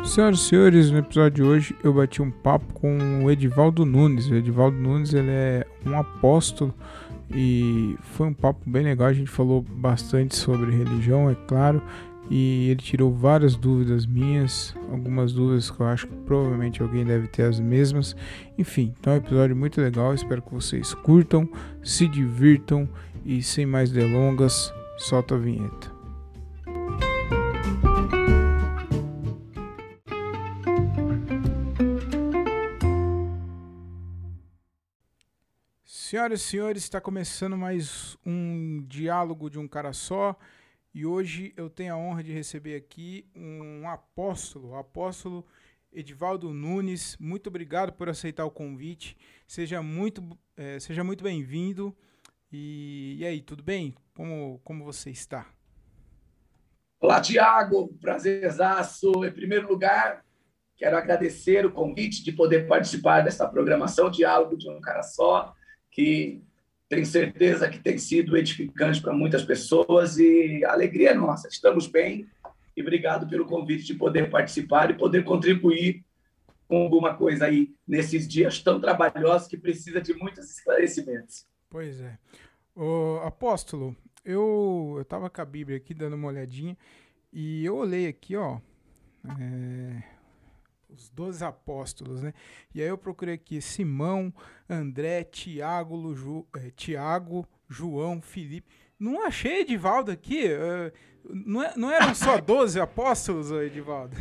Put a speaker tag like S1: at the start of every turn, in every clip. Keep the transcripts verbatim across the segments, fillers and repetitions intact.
S1: Senhoras e senhores, no episódio de hoje eu bati um papo com o Edivaldo Nunes. O Edivaldo Nunes ele é um apóstolo e foi um papo bem legal. A gente falou bastante sobre religião, é claro, e ele tirou várias dúvidas minhas, algumas dúvidas que eu acho que provavelmente alguém deve ter as mesmas. Enfim, então é um episódio muito legal, espero que vocês curtam, se divirtam e sem mais delongas, solta a vinheta. Senhoras e senhores, está começando mais um diálogo de um cara só e hoje eu tenho a honra de receber aqui um apóstolo, o apóstolo Edivaldo Nunes. Muito obrigado por aceitar o convite, seja muito, é, seja muito bem-vindo. E, e aí, tudo bem? Como, como você está?
S2: Olá, Tiago, prazerzaço. Em primeiro lugar, quero agradecer o convite de poder participar dessa programação Diálogo de um Cara Só, que tenho certeza que tem sido edificante para muitas pessoas e a alegria é nossa. Estamos bem e obrigado pelo convite de poder participar e poder contribuir com alguma coisa aí nesses dias tão trabalhosos que precisa de muitos esclarecimentos.
S1: Pois é. Ô, apóstolo, eu estava com a Bíblia aqui dando uma olhadinha e eu olhei aqui, ó, é... os doze apóstolos, né? E aí eu procurei aqui Simão, André, Tiago, Ju, é, Tiago, João, Filipe. Não achei Edivaldo aqui. Uh, não, é, não eram só doze apóstolos, Edivaldo?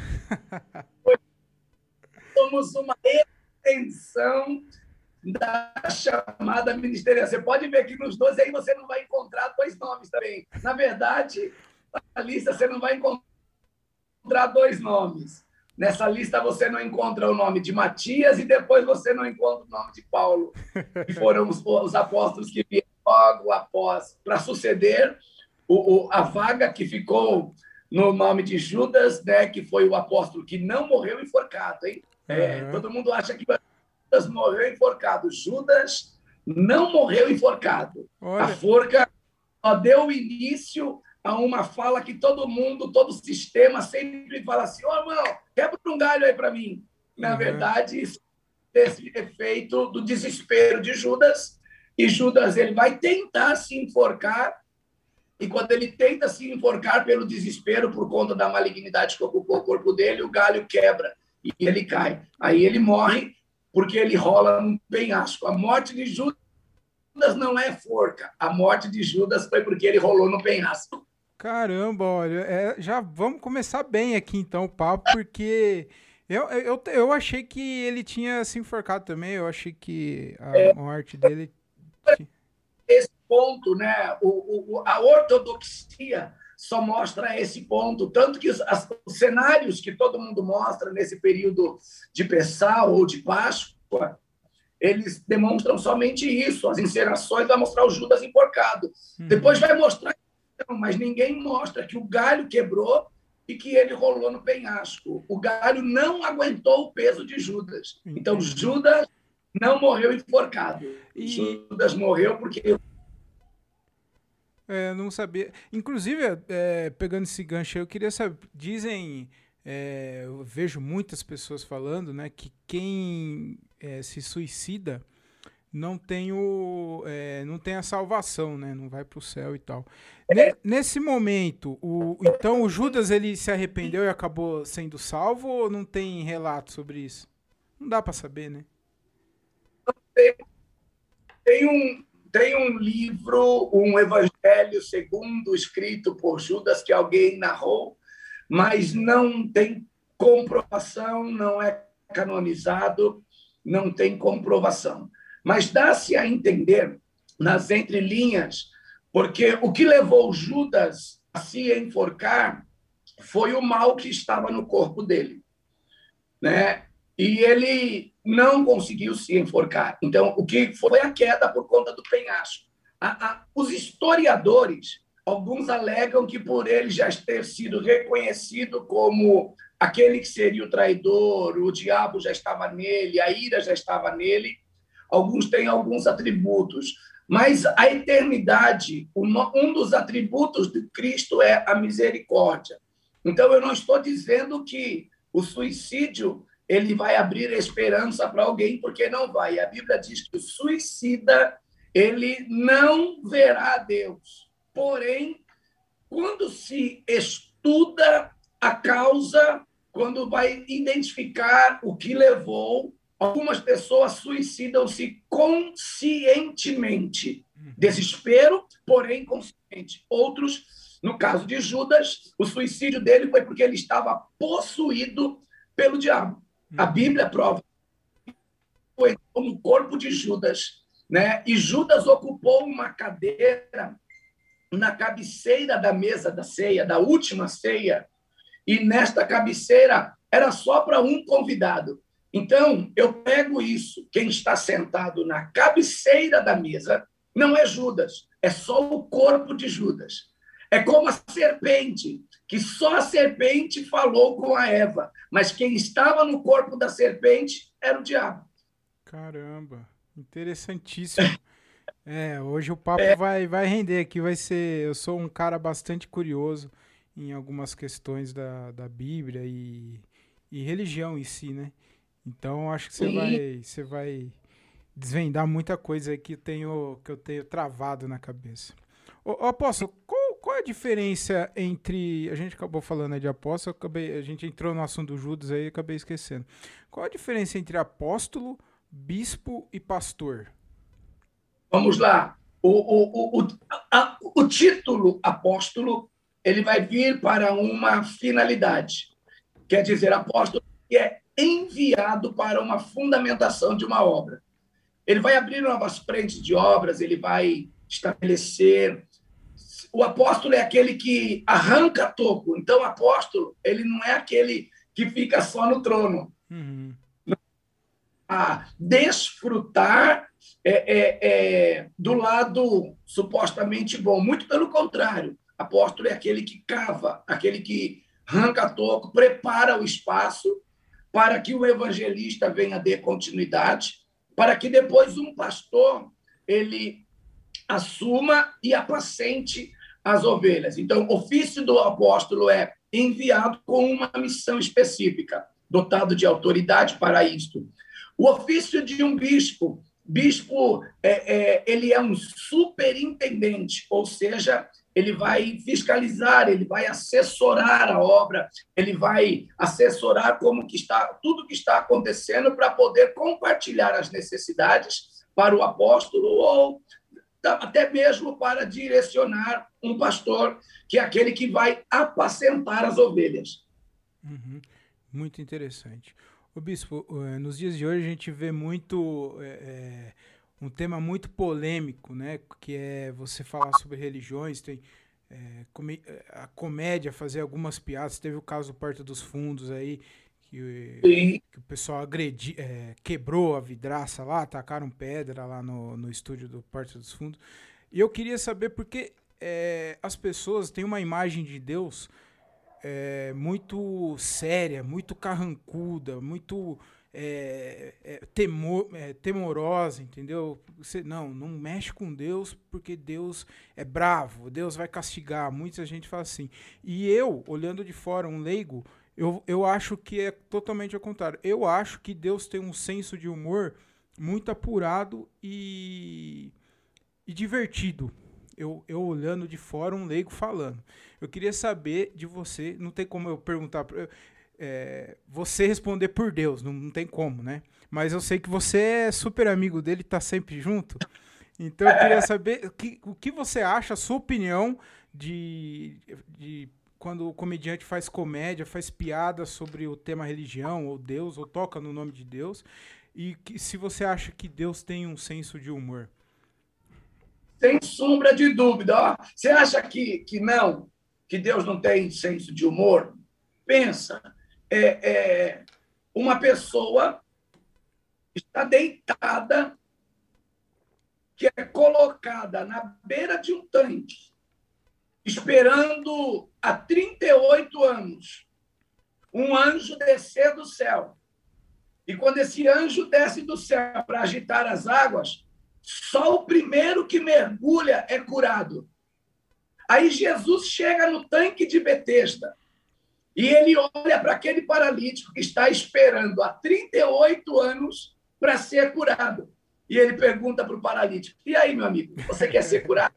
S2: Somos uma extensão da chamada ministerial. Você pode ver que nos doze aí você não vai encontrar dois nomes também. Na verdade, na lista você não vai encontrar dois nomes. Nessa lista você não encontra o nome de Matias e depois você não encontra o nome de Paulo, que foram os, os apóstolos que vieram logo após, para suceder o, o, a vaga que ficou no nome de Judas, né, que foi o apóstolo que não morreu enforcado. Hein? É, uhum. Todo mundo acha que Judas morreu enforcado. Judas não morreu enforcado. Olha. A forca só deu início a uma fala que todo mundo, todo o sistema sempre fala assim: ô, oh, irmão, quebra um galho aí para mim. Na uhum. verdade, isso é esse efeito do desespero de Judas, e Judas ele vai tentar se enforcar, e quando ele tenta se enforcar pelo desespero, por conta da malignidade que ocupou o corpo dele, o galho quebra e ele cai. Aí ele morre porque ele rola num penhasco. A morte de Judas não é forca, a morte de Judas foi porque ele rolou no penhasco.
S1: Caramba, olha, é, já vamos começar bem aqui então o papo, porque eu, eu, eu achei que ele tinha se enforcado também, eu achei que a é, morte dele...
S2: Esse ponto, né, o, o, a ortodoxia só mostra esse ponto, tanto que os, as, os cenários que todo mundo mostra nesse período de Pessal ou de Páscoa, eles demonstram somente isso, as encenações vão mostrar o Judas enforcado, hum. depois vai mostrar, mas ninguém mostra que o galho quebrou e que ele rolou no penhasco. O galho não aguentou o peso de Judas. Entendi. Então, Judas não morreu enforcado. E... Judas morreu porque...
S1: É, não sabia. Inclusive, é, pegando esse gancho, eu queria saber, dizem, é, eu vejo muitas pessoas falando, né, que quem é, se suicida não tem, o, é, não tem a salvação, né? Não vai para o céu e tal. É. Nesse momento, o, então o Judas ele se arrependeu e acabou sendo salvo ou não tem relato sobre isso? Não dá para saber, né?
S2: Tem, tem, um, tem um livro, um Evangelho segundo, escrito por Judas, que alguém narrou, mas não tem comprovação, não é canonizado, não tem comprovação. Mas dá-se a entender nas entrelinhas, porque o que levou Judas a se enforcar foi o mal que estava no corpo dele, né? E ele não conseguiu se enforcar. Então, o que foi a queda por conta do penhasco. A, a, os historiadores, alguns alegam que por ele já ter sido reconhecido como aquele que seria o traidor, o diabo já estava nele, a ira já estava nele. Alguns têm alguns atributos, mas a eternidade, um dos atributos de Cristo é a misericórdia. Então, eu não estou dizendo que o suicídio ele vai abrir esperança para alguém, porque não vai. A Bíblia diz que o suicida ele não verá Deus. Porém, quando se estuda a causa, quando vai identificar o que levou, algumas pessoas suicidam-se conscientemente. Desespero, porém consciente. Outros, no caso de Judas, o suicídio dele foi porque ele estava possuído pelo diabo. A Bíblia prova que foi no corpo de Judas, né? E Judas ocupou uma cadeira na cabeceira da mesa da ceia, da última ceia, e nesta cabeceira era só para um convidado. Então, eu pego isso, quem está sentado na cabeceira da mesa não é Judas, é só o corpo de Judas. É como a serpente, que só a serpente falou com a Eva, mas quem estava no corpo da serpente era o diabo.
S1: Caramba, interessantíssimo. É, hoje o papo é. vai, vai render aqui, vai ser... Eu sou um cara bastante curioso em algumas questões da, da Bíblia e, e religião em si, né? Então, acho que você vai, você vai desvendar muita coisa aí que eu tenho, que eu tenho travado na cabeça. Ô, ô apóstolo, qual, qual é a diferença entre... A gente acabou falando aí de apóstolo, acabei, a gente entrou no assunto do Judas aí e acabei esquecendo. Qual a diferença entre apóstolo, bispo e pastor?
S2: Vamos lá. O, o, o, a, o título apóstolo ele vai vir para uma finalidade. Quer dizer, apóstolo que é enviado para uma fundamentação de uma obra. Ele vai abrir novas frentes de obras, ele vai estabelecer... O apóstolo é aquele que arranca toco. Então, o apóstolo ele não é aquele que fica só no trono. Uhum. A desfrutar é, é, é, do lado supostamente bom. Muito pelo contrário. Apóstolo é aquele que cava, aquele que arranca toco, prepara o espaço para que o evangelista venha ter continuidade, para que depois um pastor ele assuma e apacente as ovelhas. Então, o ofício do apóstolo é enviado com uma missão específica, dotado de autoridade para isto. O ofício de um bispo, bispo é, é, ele é um superintendente, ou seja, ele vai fiscalizar, ele vai assessorar a obra, ele vai assessorar como que está, tudo que está acontecendo para poder compartilhar as necessidades para o apóstolo ou até mesmo para direcionar um pastor, que é aquele que vai apacentar as ovelhas.
S1: Uhum. Muito interessante. Ô, bispo, nos dias de hoje a gente vê muito é, é, um tema muito polêmico, né? Que é você falar sobre religiões, tem é, comé a comédia, fazer algumas piadas. Teve o caso do Porta dos Fundos aí, que, que o pessoal agredi, é, quebrou a vidraça lá, tacaram pedra lá no, no estúdio do Porta dos Fundos. E eu queria saber porque é, as pessoas têm uma imagem de Deus é, muito séria, muito carrancuda, muito é, é, temor, é, temorosa, entendeu? Você, não, não mexe com Deus porque Deus é bravo, Deus vai castigar. Muita gente fala assim. E eu, olhando de fora, um leigo, Eu, eu acho que é totalmente ao contrário. Eu acho que Deus tem um senso de humor muito apurado e, e divertido. Eu, eu olhando de fora, um leigo falando. Eu queria saber de você, não tem como eu perguntar, é, você responder por Deus, não, não tem como, né? Mas eu sei que você é super amigo dele, tá sempre junto. Então eu queria saber o que, o que você acha, a sua opinião de... de quando o comediante faz comédia, faz piada sobre o tema religião, ou Deus, ou toca no nome de Deus, e que, se você acha que Deus tem um senso de humor.
S2: Sem sombra de dúvida. Ó, você acha que, que não, que Deus não tem senso de humor? Pensa, é, é, uma pessoa está deitada, que é colocada na beira de um tanque, esperando há trinta e oito anos um anjo descer do céu. E quando esse anjo desce do céu para agitar as águas, só o primeiro que mergulha é curado. Aí Jesus chega no tanque de Betesda E ele olha para aquele paralítico que está esperando há trinta e oito anos para ser curado. E ele pergunta para o paralítico: e aí, meu amigo, você quer ser curado?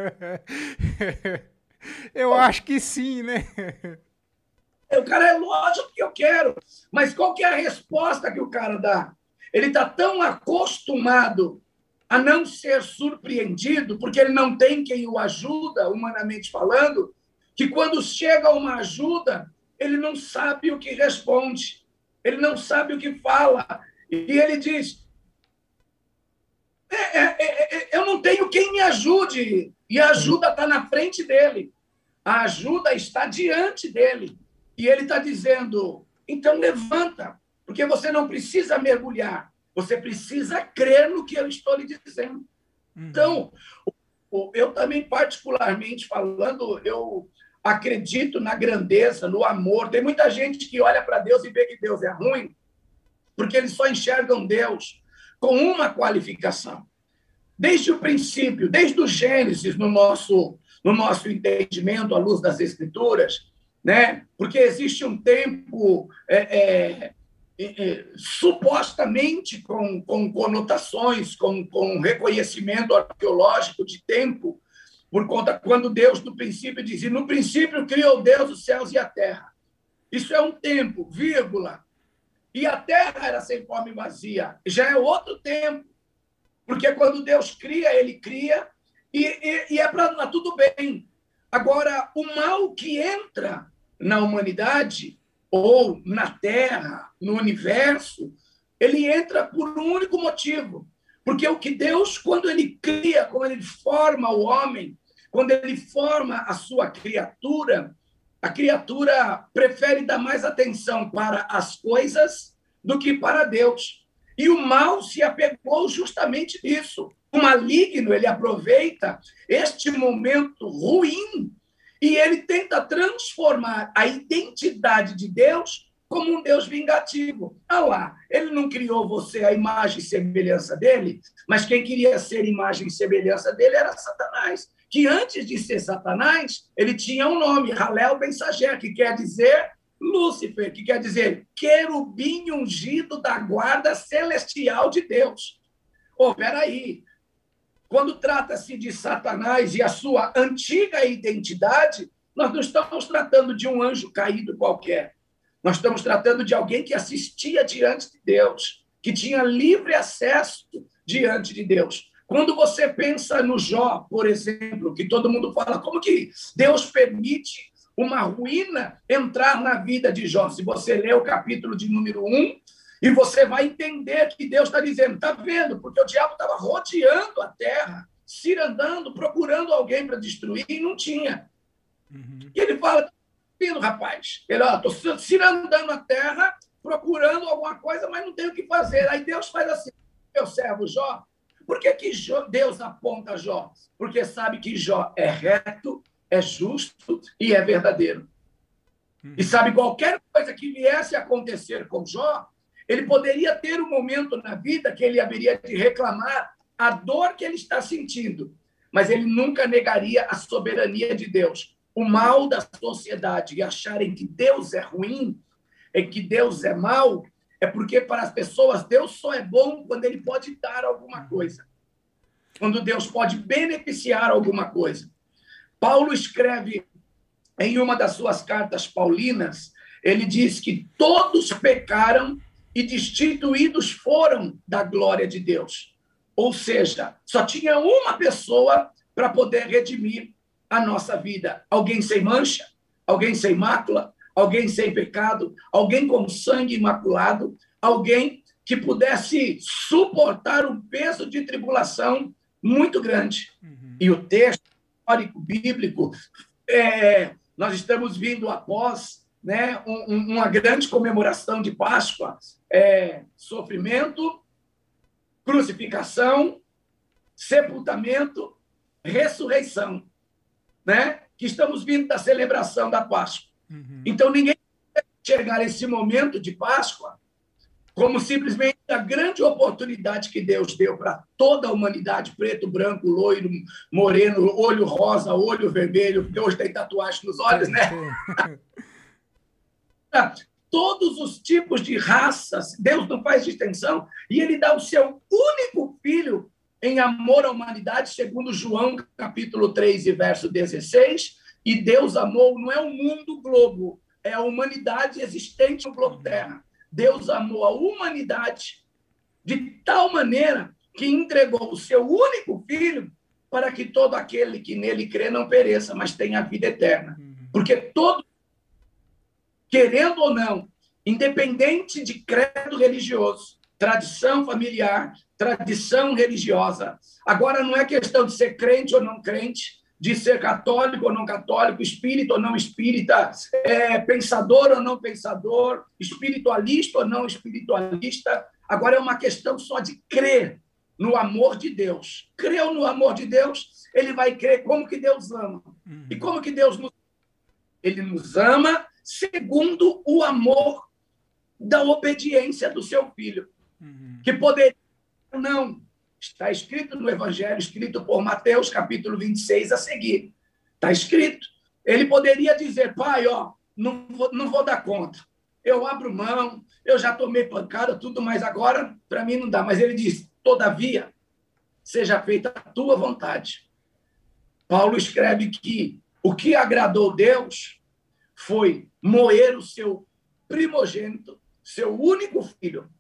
S1: Eu acho que sim, né?
S2: O cara, é lógico que eu quero. Mas qual que é a resposta que o cara dá? Ele está tão acostumado a não ser surpreendido, porque ele não tem quem o ajuda, humanamente falando, que quando chega uma ajuda, ele não sabe o que responde, ele não sabe o que fala. E ele diz: é, é, é, eu não tenho quem me ajude. E a ajuda está na frente dele. A ajuda está diante dele. E ele está dizendo: então levanta, porque você não precisa mergulhar, você precisa crer no que eu estou lhe dizendo. Uhum. Então, eu também, particularmente falando, eu acredito na grandeza, no amor. Tem muita gente que olha para Deus e vê que Deus é ruim, porque eles só enxergam Deus com uma qualificação. Desde o princípio, desde o Gênesis, no nosso, no nosso entendimento, à luz das Escrituras, né? Porque existe um tempo é, é, é, supostamente com, com conotações, com, com reconhecimento arqueológico de tempo, por conta quando Deus, no princípio, dizia: no princípio criou Deus os céus e a terra. Isso é um tempo, vírgula. E a terra era sem forma e vazia. Já é outro tempo. Porque quando Deus cria, ele cria, e, e, e é para tudo bem. Agora, o mal que entra na humanidade, ou na Terra, no universo, ele entra por um único motivo. Porque o que Deus, quando ele cria, quando ele forma o homem, quando ele forma a sua criatura, a criatura prefere dar mais atenção para as coisas do que para Deus. E o mal se apegou justamente nisso. O maligno, ele aproveita este momento ruim e ele tenta transformar a identidade de Deus como um Deus vingativo. Ah lá, ele não criou você à imagem e semelhança dele, mas quem queria ser imagem e semelhança dele era Satanás, que antes de ser Satanás, ele tinha um nome, Halel Ben Sager, que quer dizer Lúcifer, que quer dizer querubim ungido da guarda celestial de Deus. Oh, peraí, quando trata-se de Satanás e a sua antiga identidade, nós não estamos tratando de um anjo caído qualquer. Nós estamos tratando de alguém que assistia diante de Deus, que tinha livre acesso diante de Deus. Quando você pensa no Jó, por exemplo, que todo mundo fala, como que Deus permite uma ruína entrar na vida de Jó? Se você ler o capítulo de número um, e você vai entender que Deus está dizendo, está vendo? Porque o diabo estava rodeando a terra, cirandando, procurando alguém para destruir, e não tinha. Uhum. E ele fala, está vendo, rapaz? Ele, ó, estou cirandando a terra, procurando alguma coisa, mas não tenho o que fazer. Aí Deus faz assim, meu servo Jó. Por que, que Deus aponta Jó? Porque sabe que Jó é reto, é justo e é verdadeiro. Uhum. E sabe, qualquer coisa que viesse a acontecer com Jó, ele poderia ter um momento na vida que ele haveria de reclamar a dor que ele está sentindo, mas ele nunca negaria a soberania de Deus. O mal da sociedade e acharem que Deus é ruim, é que Deus é mau, é porque para as pessoas Deus só é bom quando ele pode dar alguma coisa, quando Deus pode beneficiar alguma coisa. Paulo escreve em uma das suas cartas paulinas, ele diz que todos pecaram e destituídos foram da glória de Deus. Ou seja, só tinha uma pessoa para poder redimir a nossa vida. Alguém sem mancha, alguém sem mácula, alguém sem pecado, alguém com sangue imaculado, alguém que pudesse suportar um peso de tribulação muito grande. Uhum. E o texto histórico bíblico, é, nós estamos vindo após, né, um, uma grande comemoração de Páscoa, é, sofrimento, crucificação, sepultamento, ressurreição, né? Que estamos vindo da celebração da Páscoa. Uhum. Então, ninguém pode chegar esse momento de Páscoa como simplesmente a grande oportunidade que Deus deu para toda a humanidade, preto, branco, loiro, moreno, olho rosa, olho vermelho, porque hoje tem tatuagem nos olhos, né? todos os tipos de raças. Deus não faz distinção. E ele dá o seu único filho em amor à humanidade, segundo João, capítulo três, e verso dezesseis. E Deus amou, não é o mundo, o globo, é a humanidade existente no globo Terra. Deus amou a humanidade de tal maneira que entregou o seu único filho para que todo aquele que nele crê não pereça, mas tenha a vida eterna. Porque todo, querendo ou não, independente de credo religioso, tradição familiar, tradição religiosa, agora não é questão de ser crente ou não crente, de ser católico ou não católico, espírita ou não espírita, é, pensador ou não pensador, espiritualista ou não espiritualista. Agora é uma questão só de crer no amor de Deus. Creu no amor de Deus, ele vai crer como que Deus ama. Uhum. E como que Deus nos Ele nos ama segundo o amor da obediência do seu filho. Uhum. Que poderia não. Está escrito no Evangelho, escrito por Mateus, capítulo vinte e seis, a seguir. Está escrito. Ele poderia dizer, pai, ó, não vou, não vou dar conta. Eu abro mão, eu já tomei pancada, tudo, mas agora, para mim, não dá. Mas ele diz, todavia, seja feita a tua vontade. Paulo escreve que o que agradou Deus foi moer o seu primogênito, seu único filho,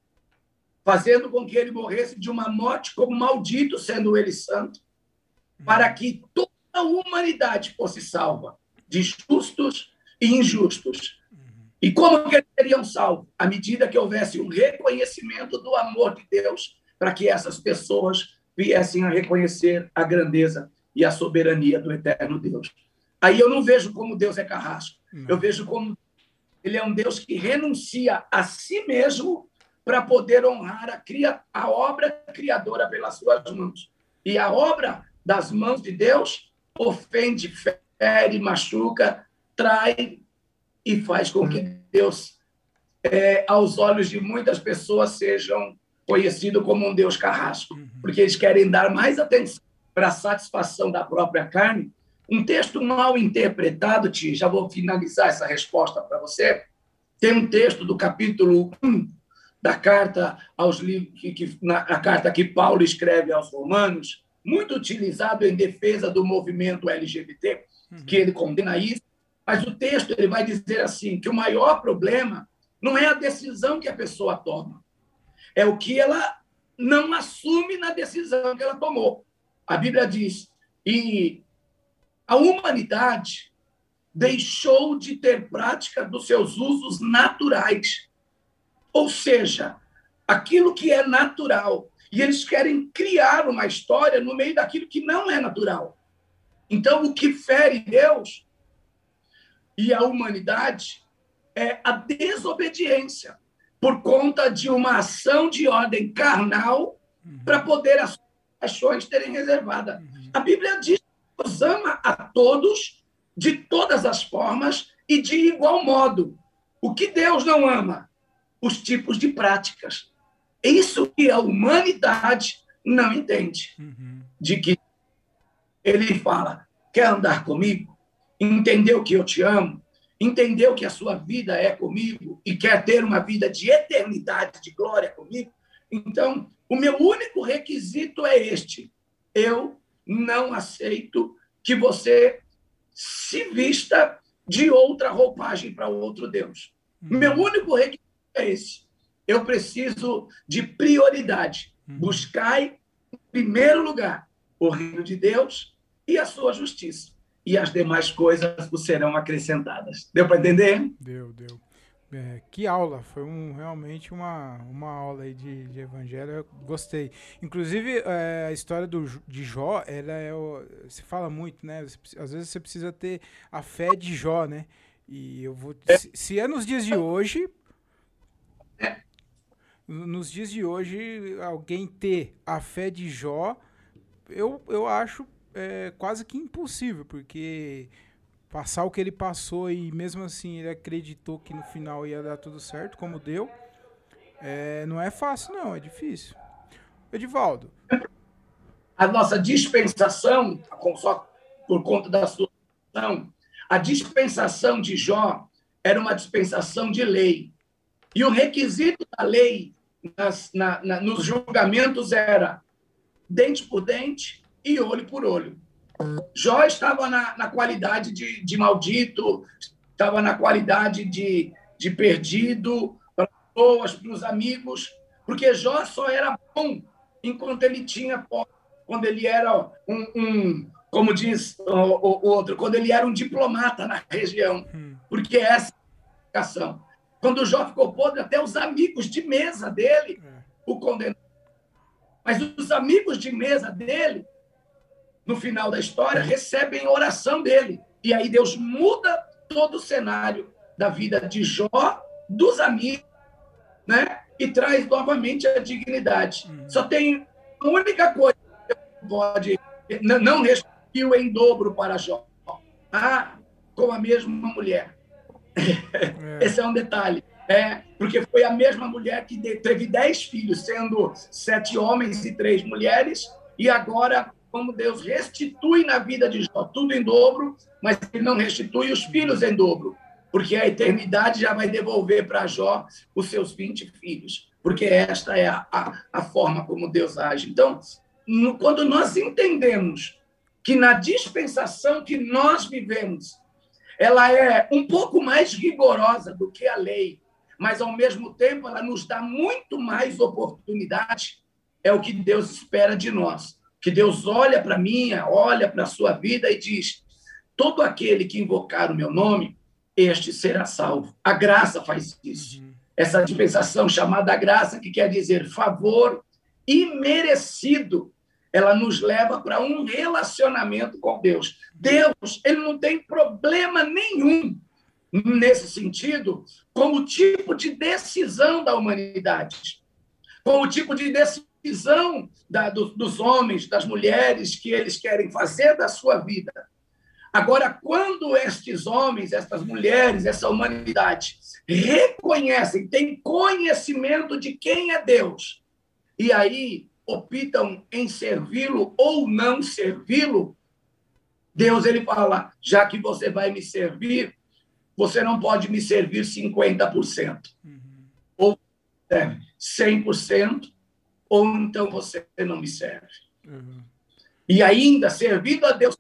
S2: fazendo com que ele morresse de uma morte como maldito, sendo ele santo, para que toda a humanidade fosse salva, de justos e injustos. E como que eles seriam salvos? À medida que houvesse um reconhecimento do amor de Deus, para que essas pessoas viessem a reconhecer a grandeza e a soberania do eterno Deus. Aí eu não vejo como Deus é carrasco. Não. Eu vejo como ele é um Deus que renuncia a si mesmo para poder honrar a, cria, a obra criadora pelas suas mãos. E a obra das mãos de Deus ofende, fere, machuca, trai e faz com que Deus, é, aos olhos de muitas pessoas, sejam conhecido como um Deus carrasco, porque eles querem dar mais atenção para a satisfação da própria carne. Um texto mal interpretado, Ti, já vou finalizar essa resposta para você. Tem um texto do capítulo um da carta aos livros, que, que, na, a carta que Paulo escreve aos Romanos, muito utilizado em defesa do movimento L G B T, que ele condena isso, mas o texto ele vai dizer assim, que o maior problema não é a decisão que a pessoa toma, é o que ela não assume na decisão que ela tomou. A Bíblia diz, e a humanidade deixou de ter prática dos seus usos naturais. Ou seja, aquilo que é natural. E eles querem criar uma história no meio daquilo que não é natural. Então, o que fere Deus e a humanidade é a desobediência por conta de uma ação de ordem carnal para poder as paixões terem reservada. A Bíblia diz que Deus ama a todos de todas as formas e de igual modo. O que Deus não ama? Os tipos de práticas. É isso que a humanidade não entende. Uhum. De que ele fala, quer andar comigo? Entendeu que eu te amo? Entendeu que a sua vida é comigo? E quer ter uma vida de eternidade, de glória comigo? Então, o meu único requisito é este. Eu não aceito que você se vista de outra roupagem para outro Deus. Uhum. Meu único requisito é esse. Eu preciso de prioridade. Uhum. Buscai, em primeiro lugar, o reino de Deus e a sua justiça. E as demais coisas vos serão acrescentadas. Deu para entender?
S1: Deu, deu. É, que aula, foi um, realmente uma, uma aula aí de, de evangelho, eu gostei. Inclusive, é, a história do, de Jó, ela é, se fala muito, né? Às vezes você precisa ter a fé de Jó, né? E eu vou. É. Se, se é nos dias de hoje. É. Nos dias de hoje, alguém ter a fé de Jó, eu, eu acho é, quase que impossível, porque passar o que ele passou e mesmo assim ele acreditou que no final ia dar tudo certo, como deu, é, não é fácil não, é difícil. Edivaldo.
S2: A nossa dispensação, só por conta da sua dispensação, a dispensação de Jó era uma dispensação de lei. E o requisito da lei nas, na, na, nos julgamentos era dente por dente e olho por olho. Jó estava na, na qualidade de, de maldito, estava na qualidade de, de perdido para as pessoas, para os amigos, porque Jó só era bom enquanto ele tinha posse, quando ele era um, um como diz o, o, o outro, quando ele era um diplomata na região, porque essa é a explicação. Quando Jó ficou podre, até os amigos de mesa dele o condenaram. Mas os amigos de mesa dele, no final da história, recebem a oração dele. E aí Deus muda todo o cenário da vida de Jó, dos amigos, né? E traz novamente a dignidade. Uhum. Só tem uma única coisa que pode... Não restituiu em dobro para Jó. Ah, com a mesma mulher. É. Esse é um detalhe. É, porque foi a mesma mulher que teve dez filhos, sendo sete homens e três mulheres, e agora... como Deus restitui na vida de Jó tudo em dobro, mas ele não restitui os filhos em dobro, porque a eternidade já vai devolver para Jó os seus vinte filhos, porque esta é a, a, a forma como Deus age. Então, no, quando nós entendemos que na dispensação que nós vivemos, ela é um pouco mais rigorosa do que a lei, mas, ao mesmo tempo, ela nos dá muito mais oportunidade, é o que Deus espera de nós. Que Deus olha para mim, olha para a sua vida e diz, todo aquele que invocar o meu nome, este será salvo. A graça faz isso. Uhum. Essa dispensação chamada graça, que quer dizer favor imerecido, ela nos leva para um relacionamento com Deus. Deus, ele não tem problema nenhum nesse sentido com o tipo de decisão da humanidade, com o tipo de decisão visão da, do, dos homens, das mulheres que eles querem fazer da sua vida. Agora, quando estes homens, estas mulheres, essa humanidade reconhecem, têm conhecimento de quem é Deus, e aí optam em servi-lo ou não servi-lo, Deus ele fala, já que você vai me servir, você não pode me servir cinquenta por cento, uhum. ou é, cem por cento, ou então você não me serve. Uhum. E ainda, servindo a Deus,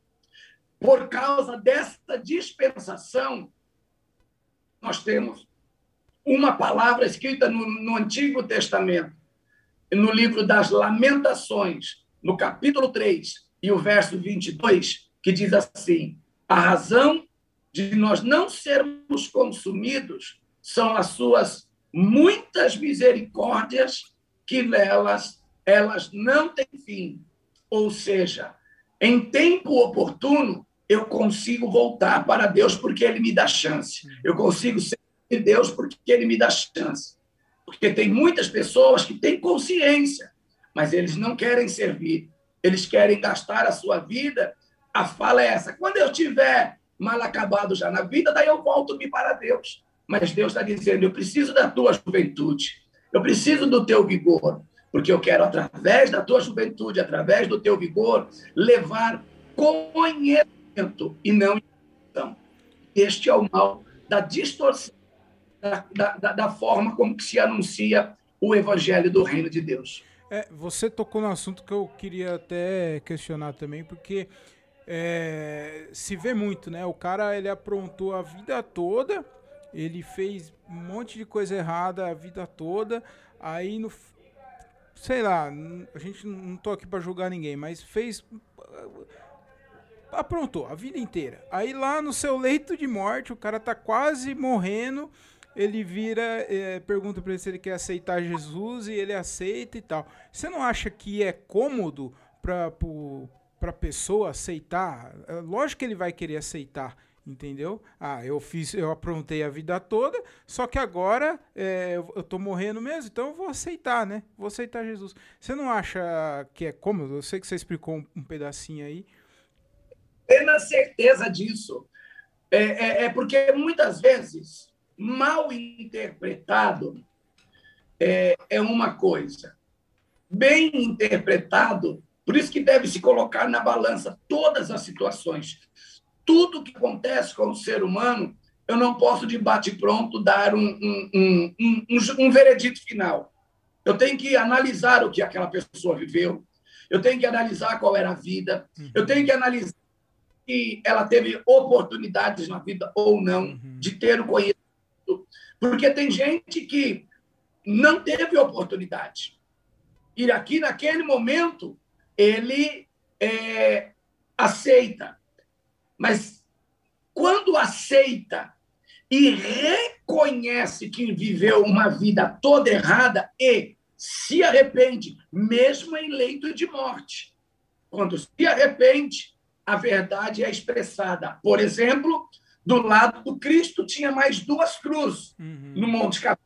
S2: por causa dessa dispensação, nós temos uma palavra escrita no, no Antigo Testamento, no livro das Lamentações, no capítulo três, e o verso vinte e dois, que diz assim, a razão de nós não sermos consumidos são as suas muitas misericórdias que nelas elas não têm fim. Ou seja, em tempo oportuno, eu consigo voltar para Deus porque Ele me dá chance. Eu consigo servir Deus porque Ele me dá chance. Porque tem muitas pessoas que têm consciência, mas eles não querem servir. Eles querem gastar a sua vida. A fala é essa. Quando eu estiver mal acabado já na vida, daí eu volto-me para Deus. Mas Deus está dizendo, eu preciso da tua juventude. Eu preciso do teu vigor, porque eu quero, através da tua juventude, através do teu vigor, levar conhecimento e não informação. Este é o mal da distorção da, da, da forma como que se anuncia o evangelho do reino de Deus.
S1: É, você tocou no assunto que eu queria até questionar também, porque é, se vê muito, né? O cara, ele aprontou a vida toda, ele fez um monte de coisa errada a vida toda, aí no, sei lá, a gente não tô aqui para julgar ninguém, mas fez, aprontou a vida inteira. Aí lá no seu leito de morte, o cara tá quase morrendo, ele vira, é, pergunta para ele se ele quer aceitar Jesus e ele aceita e tal. Você não acha que é cômodo para para pessoa aceitar? Lógico que ele vai querer aceitar. Entendeu? Ah, eu fiz, eu aprontei a vida toda, só que agora é, eu tô morrendo mesmo, então eu vou aceitar, né? Vou aceitar Jesus. Você não acha que é cômodo? Eu sei que você explicou um, um pedacinho aí.
S2: Tenho certeza disso. É, é, é porque muitas vezes, mal interpretado é, é uma coisa. Bem interpretado, por isso que deve se colocar na balança todas as situações. Tudo que acontece com o ser humano eu não posso, de bate-pronto, dar um, um, um, um, um, um veredito final. Eu tenho que analisar o que aquela pessoa viveu, eu tenho que analisar qual era a vida, uhum. eu tenho que analisar se ela teve oportunidades na vida ou não, uhum. de ter o conhecimento, porque tem gente que não teve oportunidade. E aqui, naquele momento, ele é, aceita. Mas quando aceita e reconhece que viveu uma vida toda errada e se arrepende, mesmo em leito de morte, quando se arrepende, a verdade é expressada. Por exemplo, do lado do Cristo tinha mais duas cruzes uhum. no Monte Calvário.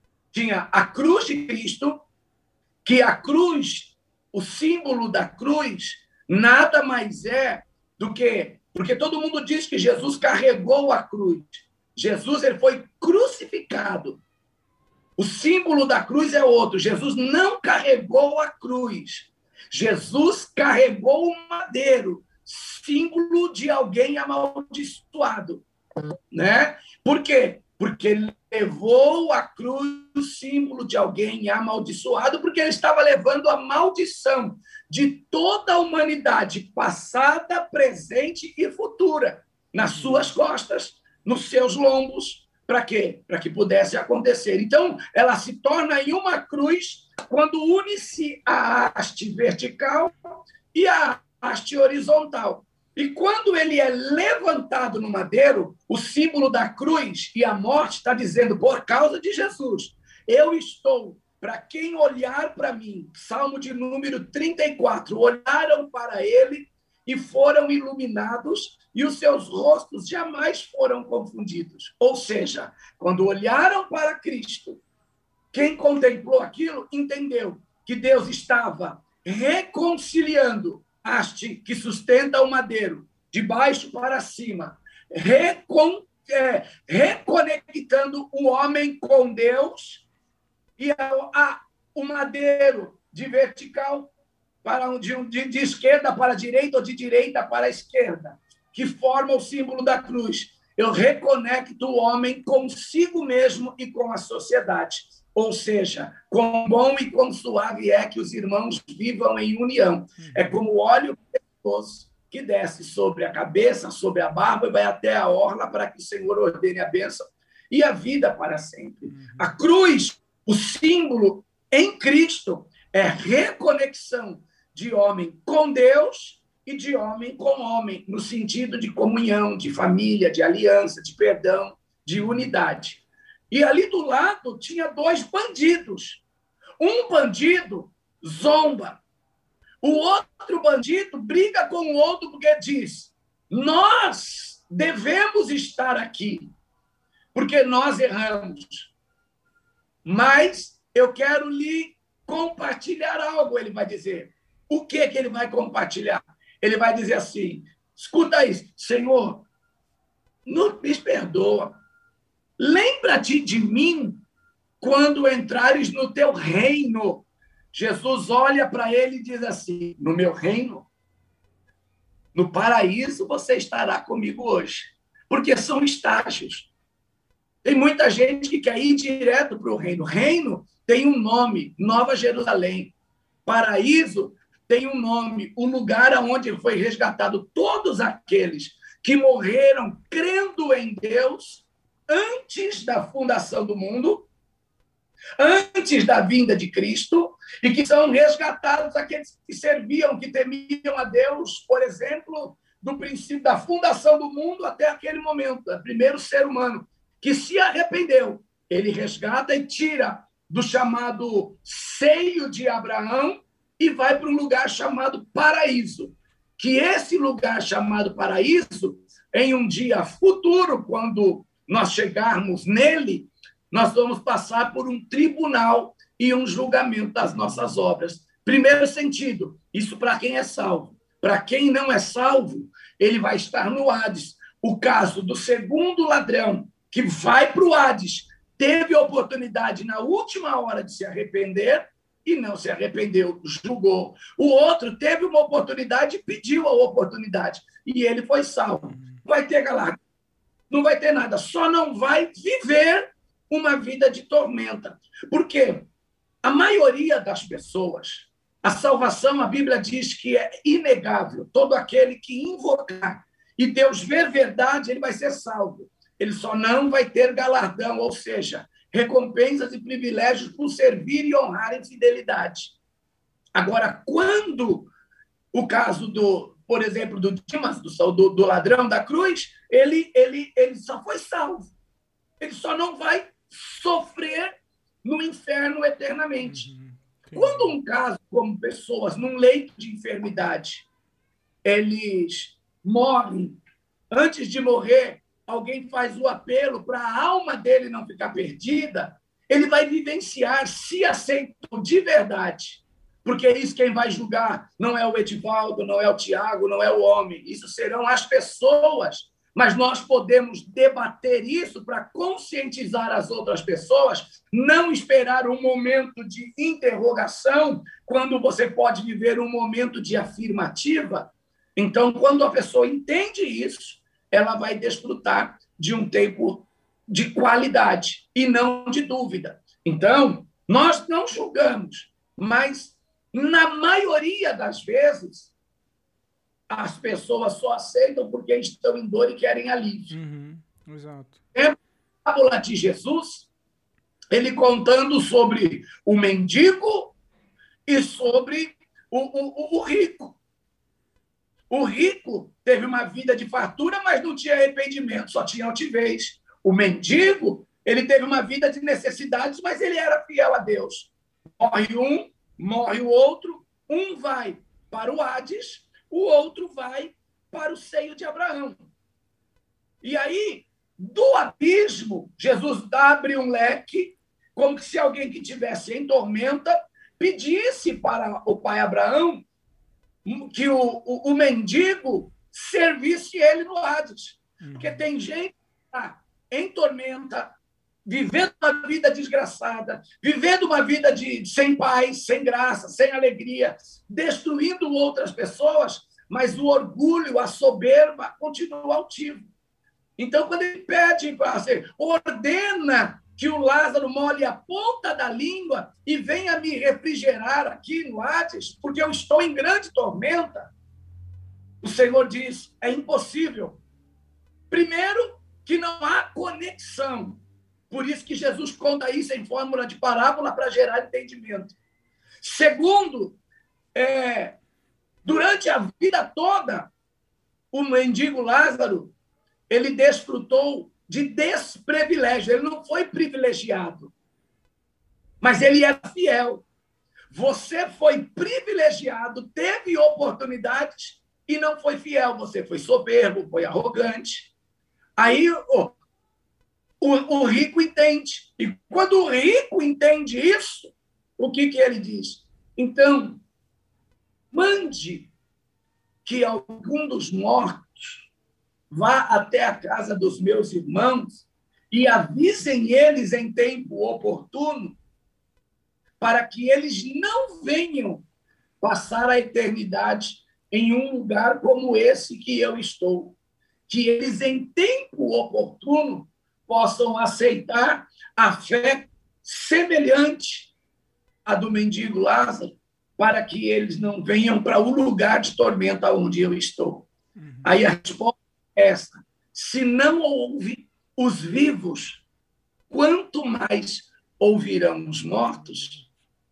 S2: Tinha a cruz de Cristo, que a cruz, o símbolo da cruz, nada mais é do que... Porque todo mundo diz que Jesus carregou a cruz. Jesus ele foi crucificado. O símbolo da cruz é outro. Jesus não carregou a cruz. Jesus carregou o madeiro, símbolo de alguém amaldiçoado. Né? Por quê? Porque ele levou a cruz, símbolo de alguém amaldiçoado, porque ele estava levando a maldição de toda a humanidade, passada, presente e futura, nas suas costas, nos seus lombos. Para quê? Para que pudesse acontecer. Então, ela se torna em uma cruz quando une-se a haste vertical e a haste horizontal. E quando ele é levantado no madeiro, o símbolo da cruz e a morte está dizendo, por causa de Jesus, eu estou, para quem olhar para mim, Salmo de número trinta e quatro, olharam para ele e foram iluminados, e os seus rostos jamais foram confundidos. Ou seja, quando olharam para Cristo, quem contemplou aquilo entendeu que Deus estava reconciliando a haste que sustenta o madeiro, de baixo para cima, recon, é, reconectando o homem com Deus, e a, a, o madeiro de vertical para de, de, de esquerda para a direita ou de direita para a esquerda, que forma o símbolo da cruz. Eu reconecto o homem consigo mesmo e com a sociedade. Ou seja, quão bom e quão suave é que os irmãos vivam em união. É como o óleo precioso que desce sobre a cabeça, sobre a barba e vai até a orla para que o Senhor ordene a bênção e a vida para sempre. A cruz, o símbolo em Cristo, é reconexão de homem com Deus e de homem com homem, no sentido de comunhão, de família, de aliança, de perdão, de unidade. E ali do lado tinha dois bandidos. Um bandido zomba. O outro bandido briga com o outro porque diz, nós devemos estar aqui, porque nós erramos. Mas eu quero lhe compartilhar algo, ele vai dizer. O que, que ele vai compartilhar? Ele vai dizer assim, escuta isso, Senhor, não me perdoa. Lembra-te de mim quando entrares no teu reino. Jesus olha para ele e diz assim, no meu reino, no paraíso você estará comigo hoje. Porque são estágios. Tem muita gente que quer ir direto para o reino. Reino tem um nome, Nova Jerusalém. Paraíso tem um nome, o lugar onde foi resgatado todos aqueles que morreram crendo em Deus antes da fundação do mundo, antes da vinda de Cristo, e que são resgatados aqueles que serviam, que temiam a Deus, por exemplo, do princípio da fundação do mundo até aquele momento, o primeiro ser humano que se arrependeu. Ele resgata e tira do chamado seio de Abraão e vai para um lugar chamado paraíso. Que esse lugar chamado paraíso, em um dia futuro, quando nós chegarmos nele, nós vamos passar por um tribunal e um julgamento das nossas obras. Primeiro sentido, isso para quem é salvo. Para quem não é salvo, ele vai estar no Hades. O caso do segundo ladrão, que vai para o Hades, teve a oportunidade na última hora de se arrepender e não se arrependeu, julgou. O outro teve uma oportunidade e pediu a oportunidade, e ele foi salvo. Vai ter galardão. não vai ter nada, só não vai viver uma vida de tormenta. Por quê? A maioria das pessoas, a salvação, a Bíblia diz que é inegável. Todo aquele que invocar e Deus ver verdade, ele vai ser salvo. Ele só não vai ter galardão, ou seja, recompensas e privilégios por servir e honrar em fidelidade. Agora, quando o caso do, por exemplo, do Dimas, do, do, do ladrão da cruz, ele, ele, ele só foi salvo. Ele só não vai sofrer no inferno eternamente. Uhum. Quando um caso, como pessoas num leito de enfermidade, eles morrem, antes de morrer, alguém faz o apelo para a alma dele não ficar perdida, ele vai vivenciar se aceitou de verdade. Porque isso quem vai julgar não é o Edivaldo, não é o Tiago, não é o homem. Isso serão as pessoas. Mas nós podemos debater isso para conscientizar as outras pessoas, não esperar um momento de interrogação, quando você pode viver um momento de afirmativa. Então, quando a pessoa entende isso, ela vai desfrutar de um tempo de qualidade e não de dúvida. Então, nós não julgamos, mas, na maioria das vezes, as pessoas só aceitam porque estão em dor e querem alívio.
S1: Uhum, exato.
S2: É a parábola de Jesus, ele contando sobre o mendigo e sobre o, o, o rico. O rico teve uma vida de fartura, mas não tinha arrependimento, só tinha altivez. O mendigo, ele teve uma vida de necessidades, mas ele era fiel a Deus. Morre um, morre o outro, um vai para o Hades, o outro vai para o seio de Abraão. E aí, do abismo, Jesus abre um leque, como se alguém que estivesse em tormenta pedisse para o pai Abraão que o, o, o mendigo servisse ele no Hades. Uhum. Porque tem gente que está em tormenta, vivendo uma vida desgraçada, vivendo uma vida de, sem paz, sem graça, sem alegria, destruindo outras pessoas, mas o orgulho, a soberba, continua altivo. Então, quando ele pede, assim, ordena que o Lázaro molhe a ponta da língua e venha me refrigerar aqui no Hades, porque eu estou em grande tormenta, o Senhor diz, é impossível. Primeiro, que não há conexão. Por isso que Jesus conta isso em fórmula de parábola para gerar entendimento. Segundo, é, durante a vida toda, o mendigo Lázaro, ele desfrutou de desprivilégio. Ele não foi privilegiado, mas ele era fiel. Você foi privilegiado, teve oportunidades e não foi fiel. Você foi soberbo, foi arrogante. Aí oh, o, o rico entende. E quando o rico entende isso, o que, que ele diz? Então, mande que algum dos mortos vá até a casa dos meus irmãos e avisem eles em tempo oportuno, para que eles não venham passar a eternidade em um lugar como esse que eu estou. Que eles, em tempo oportuno, possam aceitar a fé semelhante à do mendigo Lázaro, para que eles não venham para o lugar de tormenta onde eu estou. Uhum. Aí a resposta é essa. Se não ouve os vivos, quanto mais ouvirão os mortos?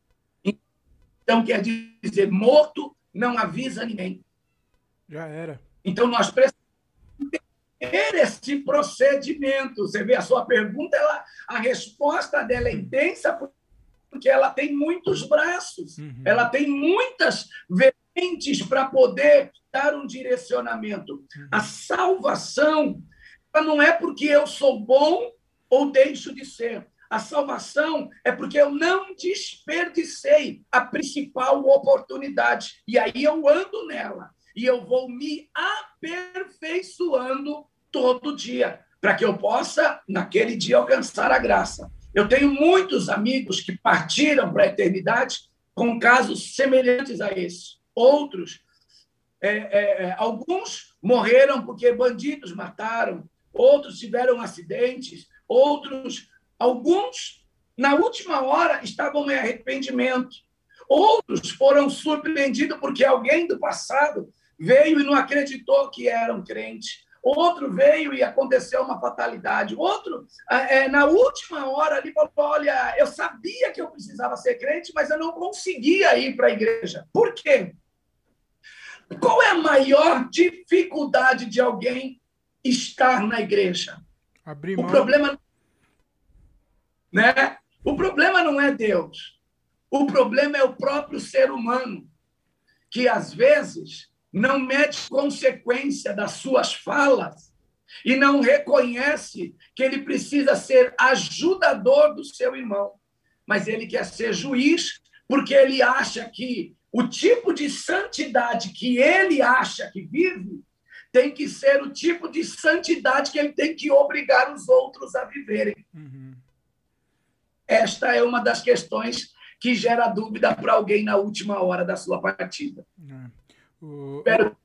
S2: Então, quer dizer, morto não avisa ninguém.
S1: Já era.
S2: Então, nós precisamos ter esse procedimento. Você vê a sua pergunta, ela, a resposta dela é intensa, porque ela tem muitos braços, uhum. ela tem muitas vertentes para poder dar um direcionamento. Uhum. A salvação ela não é porque eu sou bom ou deixo de ser. A salvação é porque eu não desperdicei a principal oportunidade. E aí eu ando nela. E eu vou me aperfeiçoando todo dia, para que eu possa, naquele dia, alcançar a graça. Eu tenho muitos amigos que partiram para a eternidade com casos semelhantes a esse. Outros, é, é, alguns morreram porque bandidos mataram, outros tiveram acidentes, outros, alguns, na última hora, estavam em arrependimento. Outros foram surpreendidos porque alguém do passado veio e não acreditou que eram crentes. Outro veio e aconteceu uma fatalidade. Outro, é, na última hora, ali falou, olha, eu sabia que eu precisava ser crente, mas eu não conseguia ir para a igreja. Por quê? Qual é a maior dificuldade de alguém estar na igreja?
S1: Abrir
S2: o
S1: mão.
S2: problema, né? O problema não é Deus. O problema é o próprio ser humano, que às vezes não mede consequência das suas falas e não reconhece que ele precisa ser ajudador do seu irmão. Mas ele quer ser juiz porque ele acha que o tipo de santidade que ele acha que vive tem que ser o tipo de santidade que ele tem que obrigar os outros a viverem. Uhum. Esta é uma das questões que gera dúvida para alguém na última hora da sua partida.
S1: É. O...
S2: Espero...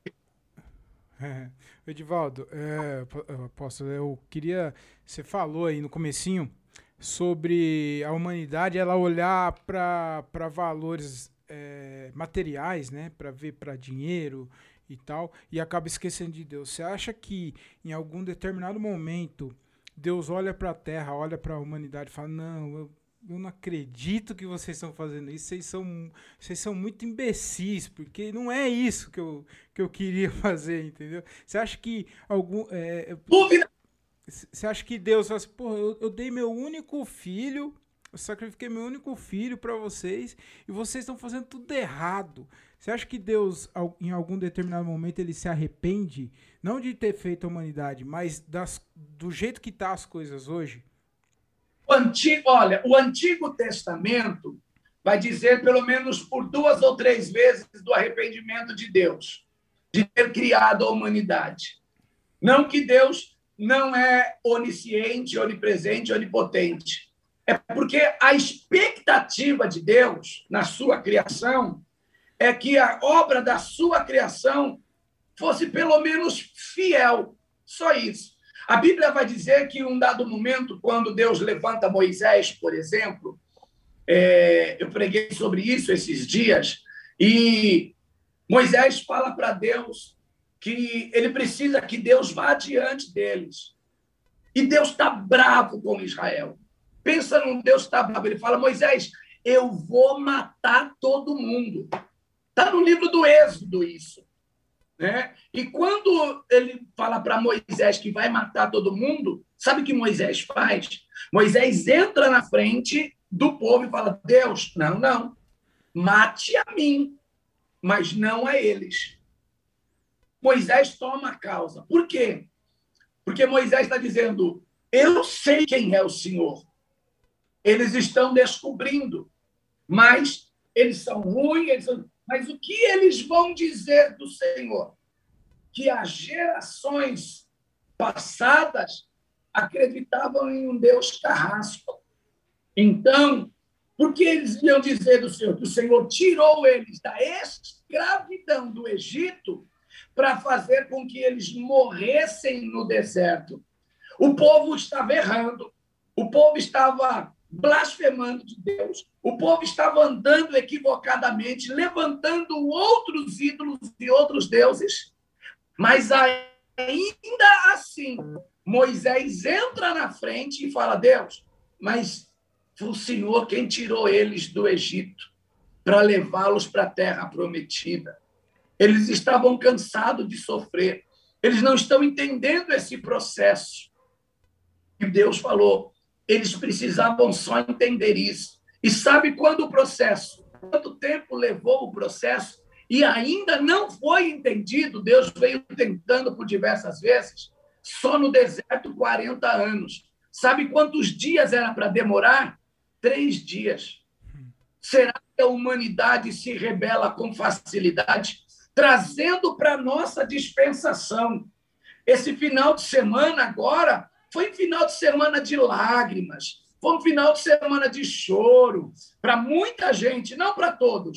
S1: É. Edivaldo, é, apóstolo, eu queria... Você falou aí no comecinho sobre a humanidade, ela olhar para valores é, materiais, né? Para ver para dinheiro e tal, e acaba esquecendo de Deus. Você acha que em algum determinado momento Deus olha para a Terra, olha para a humanidade e fala, não, eu Eu não acredito que vocês estão fazendo isso, vocês são, vocês são muito imbecis, porque não é isso que eu, que eu queria fazer, entendeu? Você acha que algum... É, você acha que Deus fala assim, pô, eu, eu dei meu único filho, eu sacrifiquei meu único filho para vocês, e vocês estão fazendo tudo errado. Você acha que Deus, em algum determinado momento, ele se arrepende, não de ter feito a humanidade, mas das, do jeito que tá as coisas hoje?
S2: O antigo, olha, o Antigo Testamento vai dizer pelo menos por duas ou três vezes do arrependimento de Deus, de ter criado a humanidade. Não que Deus não é onisciente, onipresente, onipotente. É porque a expectativa de Deus na sua criação é que a obra da sua criação fosse pelo menos fiel. Só isso. A Bíblia vai dizer que, em um dado momento, quando Deus levanta Moisés, por exemplo, é, eu preguei sobre isso esses dias, e Moisés fala para Deus que ele precisa que Deus vá adiante deles. E Deus está bravo com Israel. Pensa num Deus que está bravo. Ele fala, Moisés, eu vou matar todo mundo. Está no livro do Êxodo isso. Né? E quando ele fala para Moisés que vai matar todo mundo, sabe o que Moisés faz? Moisés entra na frente do povo e fala, Deus, não, não, mate a mim, mas não a eles. Moisés toma a causa. Por quê? Porque Moisés está dizendo, eu sei quem é o Senhor. Eles estão descobrindo, mas eles são ruins, eles são... Mas o que eles vão dizer do Senhor? Que as gerações passadas acreditavam em um Deus carrasco. Então, por que eles iam dizer do Senhor? Que o Senhor tirou eles da escravidão do Egito para fazer com que eles morressem no deserto. O povo estava errando, o povo estava blasfemando de Deus, o povo estava andando equivocadamente, levantando outros ídolos e outros deuses, mas ainda assim, Moisés entra na frente e fala, Deus, mas foi o Senhor quem tirou eles do Egito para levá-los para a terra prometida. Eles estavam cansados de sofrer, eles não estão entendendo esse processo. E Deus falou, eles precisavam só entender isso. E sabe quando o processo, quanto tempo levou o processo e ainda não foi entendido? Deus veio tentando por diversas vezes, só no deserto quarenta anos. Sabe quantos dias era para demorar? Três dias. Será que a humanidade se rebela com facilidade? Trazendo para a nossa dispensação. Esse final de semana agora foi um final de semana de lágrimas, foi um final de semana de choro, para muita gente, não para todos,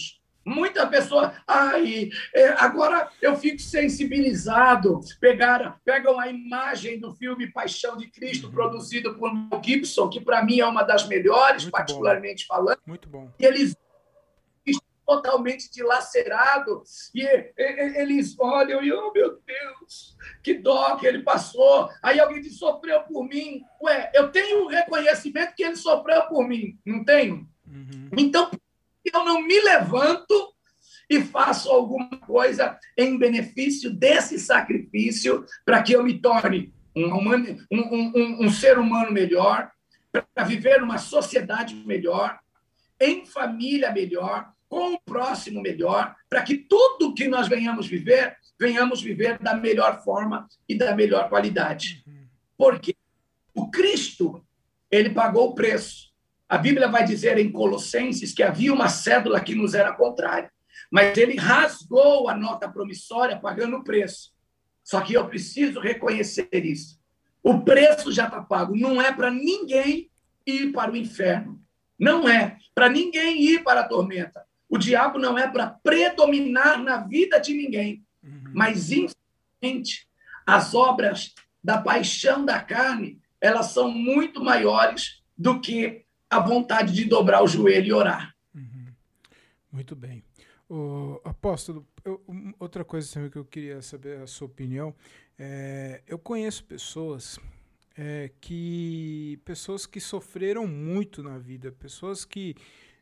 S2: Muita pessoa, ai, é, agora eu fico sensibilizado. Pegaram, pegam a imagem do filme Paixão de Cristo, uhum. produzido por Mel Gibson, que para mim é uma das melhores, muito particularmente bom. falando.
S1: Muito bom.
S2: E eles totalmente dilacerado, e eles olham e, oh, meu Deus, que dó que ele passou. Aí alguém diz, sofreu por mim. Ué, eu tenho o reconhecimento que ele sofreu por mim, não tenho? Uhum. Então, eu não me levanto e faço alguma coisa em benefício desse sacrifício para que eu me torne um, humano, um, um, um ser humano melhor, para viver uma sociedade melhor, em família melhor, com o próximo melhor, para que tudo que nós venhamos viver, venhamos viver da melhor forma e da melhor qualidade. Uhum. Porque o Cristo, ele pagou o preço. A Bíblia vai dizer em Colossenses que havia uma cédula que nos era contrária, mas ele rasgou a nota promissória pagando o preço. Só que eu preciso reconhecer isso. O preço já está pago. Não é para ninguém ir para o inferno. Não é para ninguém ir para a tormenta. O diabo não é para predominar na vida de ninguém. Uhum. Mas, infelizmente, as obras da paixão da carne, elas são muito maiores do que a vontade de dobrar o joelho e orar.
S1: Uhum. Muito bem. O apóstolo, eu, outra coisa também que eu queria saber a sua opinião, é, eu conheço pessoas é, que pessoas que sofreram muito na vida, pessoas que,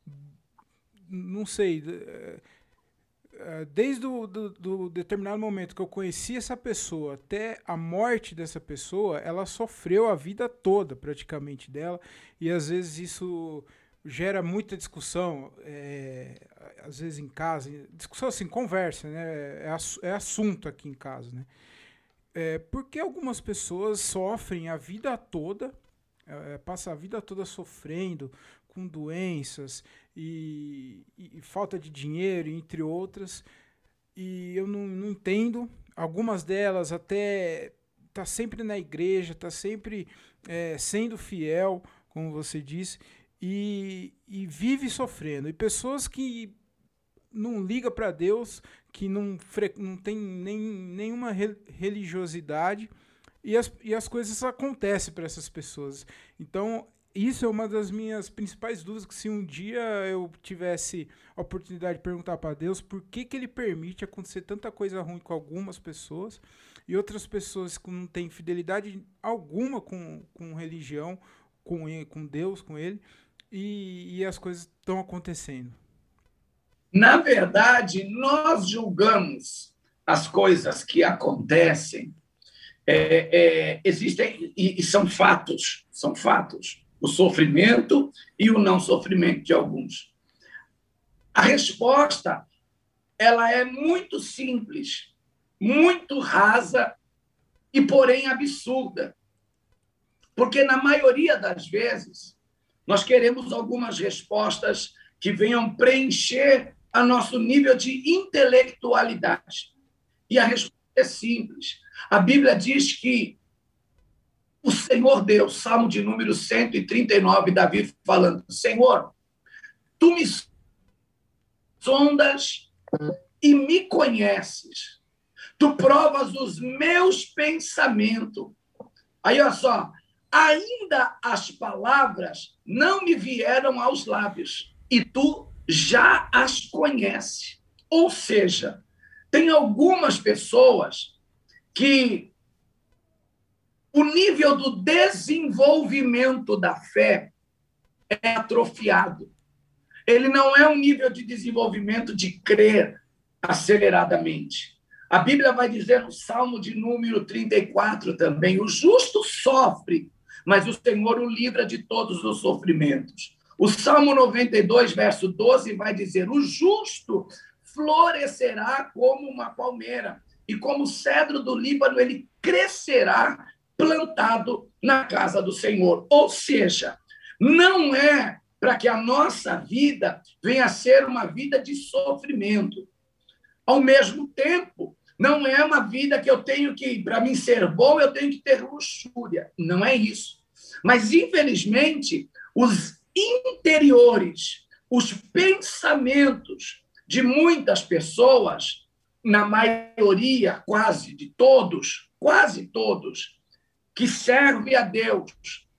S1: não sei, desde o do, do determinado momento que eu conheci essa pessoa até a morte dessa pessoa, ela sofreu a vida toda praticamente dela, e às vezes isso gera muita discussão, é, às vezes em casa, discussão assim, conversa, né? É, é assunto aqui em casa, né? É, porque algumas pessoas sofrem a vida toda, é, passam a vida toda sofrendo, com doenças e, e, e falta de dinheiro, entre outras, e eu não, não entendo. Algumas delas até tá sempre na igreja, tá sempre é, sendo fiel, como você disse, e, e vive sofrendo. E pessoas que não ligam para Deus, que não, não tem nem, nenhuma religiosidade, e as, e as coisas acontecem para essas pessoas. Então, isso é uma das minhas principais dúvidas, que se um dia eu tivesse a oportunidade de perguntar para Deus por que, que ele permite acontecer tanta coisa ruim com algumas pessoas e outras pessoas que não têm fidelidade alguma com, com religião, com, ele, com Deus, com ele, e, e as coisas estão acontecendo.
S2: Na verdade, nós julgamos as coisas que acontecem, é, é, existem e, e são fatos, são fatos, o sofrimento e o não sofrimento de alguns. A resposta, ela é muito simples, muito rasa e, porém, absurda. Porque, na maioria das vezes, nós queremos algumas respostas que venham preencher a nosso nível de intelectualidade. E a resposta é simples. A Bíblia diz que o Senhor Deus, Salmo de número cento e trinta e nove, Davi falando, Senhor, tu me sondas e me conheces. Tu provas os meus pensamentos. Aí, olha só, ainda as palavras não me vieram aos lábios, e tu já as conheces. Ou seja, tem algumas pessoas que o nível do desenvolvimento da fé é atrofiado. Ele não é um nível de desenvolvimento de crer aceleradamente. A Bíblia vai dizer no Salmo de número trinta e quatro também, o justo sofre, mas o Senhor o livra de todos os sofrimentos. O Salmo noventa e dois, verso doze, vai dizer, o justo florescerá como uma palmeira, e como cedro do Líbano, ele crescerá plantado na casa do Senhor. Ou seja, não é para que a nossa vida venha a ser uma vida de sofrimento. Ao mesmo tempo, não é uma vida que eu tenho que, para mim ser bom, eu tenho que ter luxúria. Não é isso. Mas, infelizmente, os interiores, os pensamentos de muitas pessoas, na maioria, quase de todos, quase todos, que servem a Deus,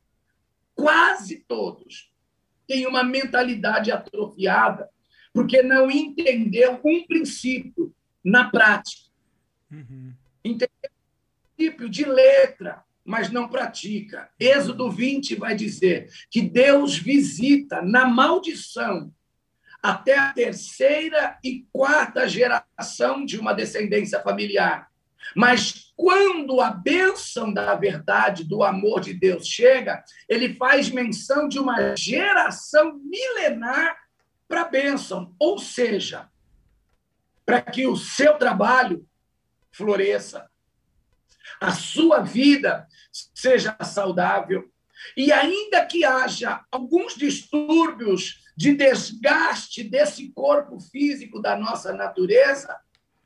S2: quase todos, têm uma mentalidade atrofiada, porque não entendeu um princípio na prática. Uhum. Entendeu o princípio de letra, mas não pratica. Êxodo vinte vai dizer que Deus visita na maldição até a terceira e quarta geração de uma descendência familiar. Mas quando a bênção da verdade, do amor de Deus chega, ele faz menção de uma geração milenar para a bênção, ou seja, para que o seu trabalho floresça, a sua vida seja saudável, e ainda que haja alguns distúrbios de desgaste desse corpo físico da nossa natureza,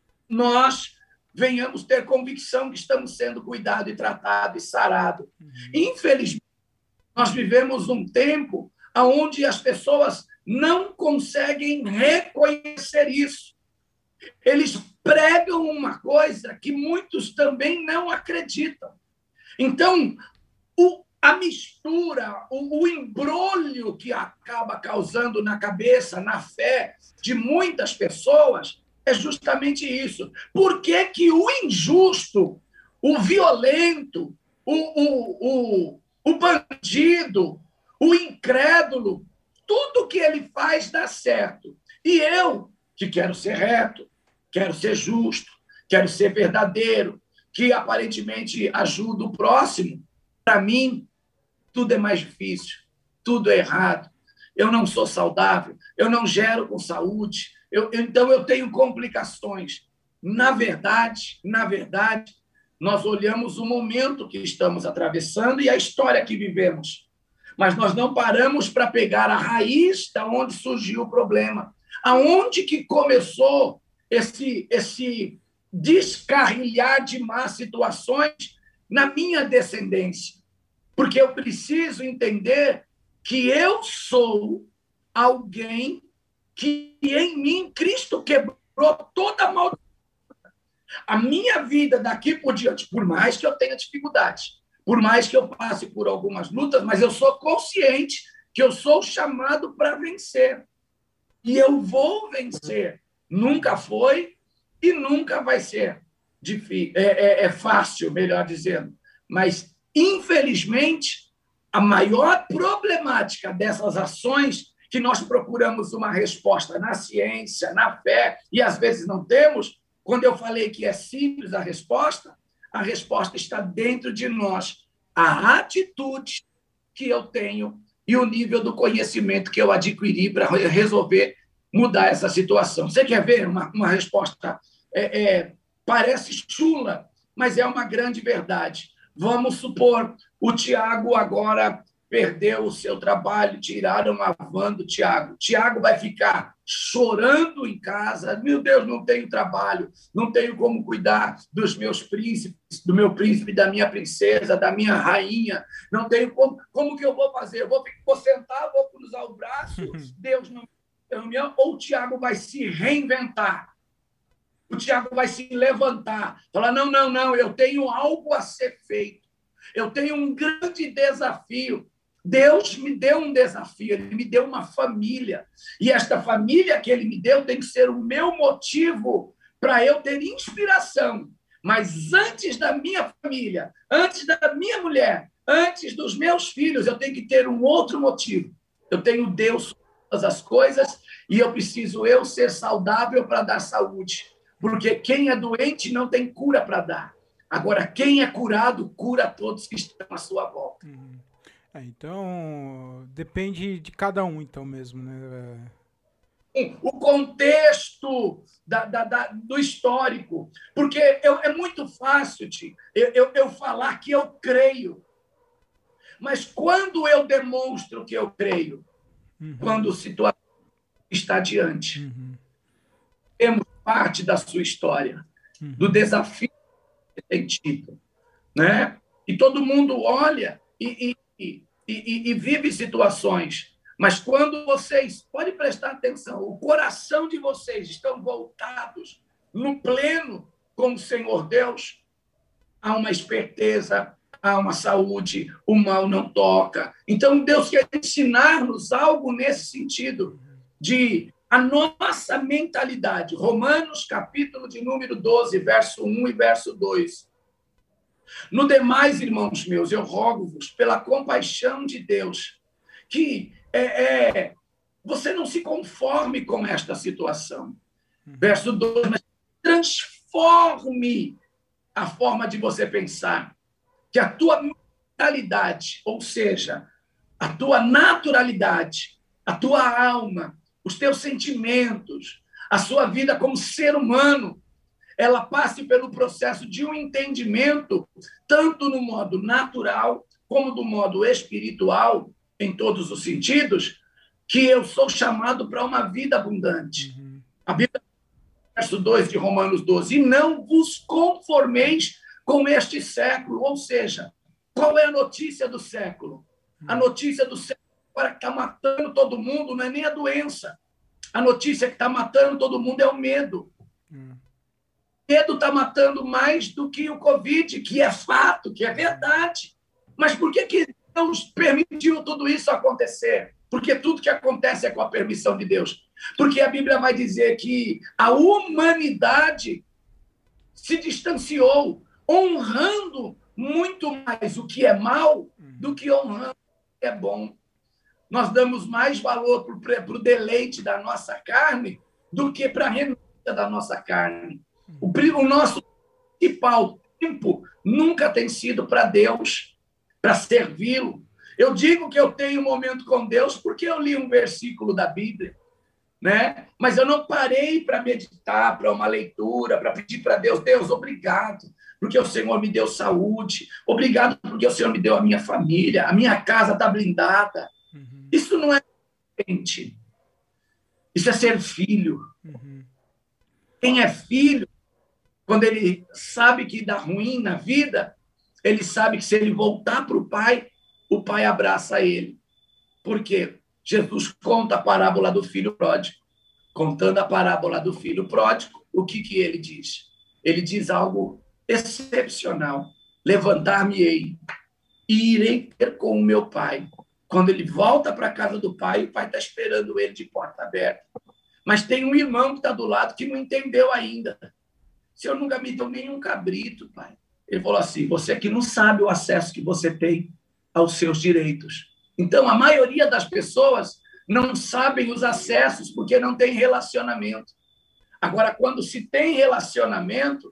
S2: nós venhamos ter convicção que estamos sendo cuidados e tratados e sarados. Uhum. Infelizmente, nós vivemos um tempo onde as pessoas não conseguem reconhecer isso. Eles pregam uma coisa que muitos também não acreditam. Então, o, a mistura, o, o embrolho que acaba causando na cabeça, na fé de muitas pessoas, é justamente isso. Por que que o injusto, o violento, o, o, o, o bandido, o incrédulo, tudo que ele faz dá certo? E eu, que quero ser reto, quero ser justo, quero ser verdadeiro, que aparentemente ajuda o próximo, para mim, tudo é mais difícil, tudo é errado. Eu não sou saudável, eu não gero com saúde, eu, então eu tenho complicações. Na verdade, na verdade, nós olhamos o momento que estamos atravessando e a história que vivemos, mas nós não paramos para pegar a raiz da onde surgiu o problema, aonde que começou esse, esse descarrilhar de más situações na minha descendência, porque eu preciso entender que eu sou alguém que em mim Cristo quebrou toda a maldição. A minha vida daqui por diante, por mais que eu tenha dificuldades, por mais que eu passe por algumas lutas, mas eu sou consciente que eu sou chamado para vencer. E eu vou vencer. Nunca foi e nunca vai ser difícil, é, é, é fácil, melhor dizendo. Mas, infelizmente, a maior problemática dessas ações que nós procuramos uma resposta na ciência, na fé, e às vezes não temos, quando eu falei que é simples a resposta, a resposta está dentro de nós. A atitude que eu tenho e o nível do conhecimento que eu adquiri para resolver mudar essa situação. Você quer ver uma, uma resposta? É, é, parece chula, mas é uma grande verdade. Vamos supor, o Tiago agora perdeu o seu trabalho, tiraram a van do Tiago. Tiago vai ficar chorando em casa. Meu Deus, não tenho trabalho, não tenho como cuidar dos meus príncipes, do meu príncipe, da minha princesa, da minha rainha. Não tenho como, como que eu vou fazer? Eu vou, vou sentar, vou cruzar o braço, Deus não me ama, ou o Tiago vai se reinventar. O Tiago vai se levantar, falar, não, não, não, eu tenho algo a ser feito. Eu tenho um grande desafio. Deus me deu um desafio, Ele me deu uma família. E esta família que Ele me deu tem que ser o meu motivo para eu ter inspiração. Mas antes da minha família, antes da minha mulher, antes dos meus filhos, eu tenho que ter um outro motivo. Eu tenho Deus sobre todas as coisas e eu preciso eu ser saudável para dar saúde. Porque quem é doente não tem cura para dar. Agora, quem é curado, cura todos que estão à sua volta.
S1: Uhum. É, então, depende de cada um, então, mesmo, né?
S2: O contexto da, da, da, do histórico. Porque eu, é muito fácil de eu, eu, eu falar que eu creio. Mas quando eu demonstro que eu creio? Uhum. Quando a situação está diante. Uhum. Temos parte da sua história, uhum. do desafio que tem tido, né? E todo mundo olha e, e, e, e, e vive situações Mas quando vocês, pode prestar atenção, o coração de vocês estão voltados no pleno com o Senhor Deus, há uma esperteza, há uma saúde, o mal não toca. Então, Deus quer ensinar-nos algo nesse sentido, de a nossa mentalidade. Romanos, capítulo de número doze, verso um e verso dois. No demais, irmãos meus, eu rogo-vos, pela compaixão de Deus, que é, é, você não se conforme com esta situação. Verso dois, mas transforme a forma de você pensar, que a tua mentalidade, ou seja, a tua naturalidade, a tua alma, os teus sentimentos, a sua vida como ser humano, ela passe pelo processo de um entendimento, tanto no modo natural, como do modo espiritual, em todos os sentidos, que eu sou chamado para uma vida abundante. Uhum. A Bíblia, verso dois de Romanos doze, e não vos conformeis com este século, ou seja, qual é a notícia do século? A notícia do século agora que está matando todo mundo não é nem a doença. A notícia que está matando todo mundo é o medo. Hum. O medo está matando mais do que o Covid, que é fato, que é verdade. Mas por que, que Deus permitiu tudo isso acontecer? Porque tudo que acontece é com a permissão de Deus. Porque a Bíblia vai dizer que a humanidade se distanciou, honrando muito mais o que é mal do que honrando o que é bom. Nós damos mais valor para o deleite da nossa carne do que para a renúncia da nossa carne. O, o nosso principal tempo nunca tem sido para Deus, para servi-lo. Eu digo que eu tenho um momento com Deus porque eu li um versículo da Bíblia, né? Mas eu não parei para meditar, para uma leitura, para pedir para Deus, Deus, obrigado, porque o Senhor me deu saúde, obrigado porque o Senhor me deu a minha família, a minha casa está blindada. Uhum. Isso não é gente, isso é ser filho. Uhum. Quem é filho, quando ele sabe que dá ruim na vida, ele sabe que se ele voltar para o pai, o pai abraça ele. Por quê? Jesus conta a parábola do filho pródigo. Contando a parábola do filho pródigo, o que, que ele diz? Ele diz algo excepcional. Levantar-me-ei e irei ter com o meu pai. Quando ele volta para a casa do pai, o pai está esperando ele de porta aberta. Mas tem um irmão que está do lado que não entendeu ainda. O Senhor nunca me deu nenhum cabrito, pai. Ele falou assim, você que não sabe o acesso que você tem aos seus direitos. Então, a maioria das pessoas não sabem os acessos porque não tem relacionamento. Agora, quando se tem relacionamento,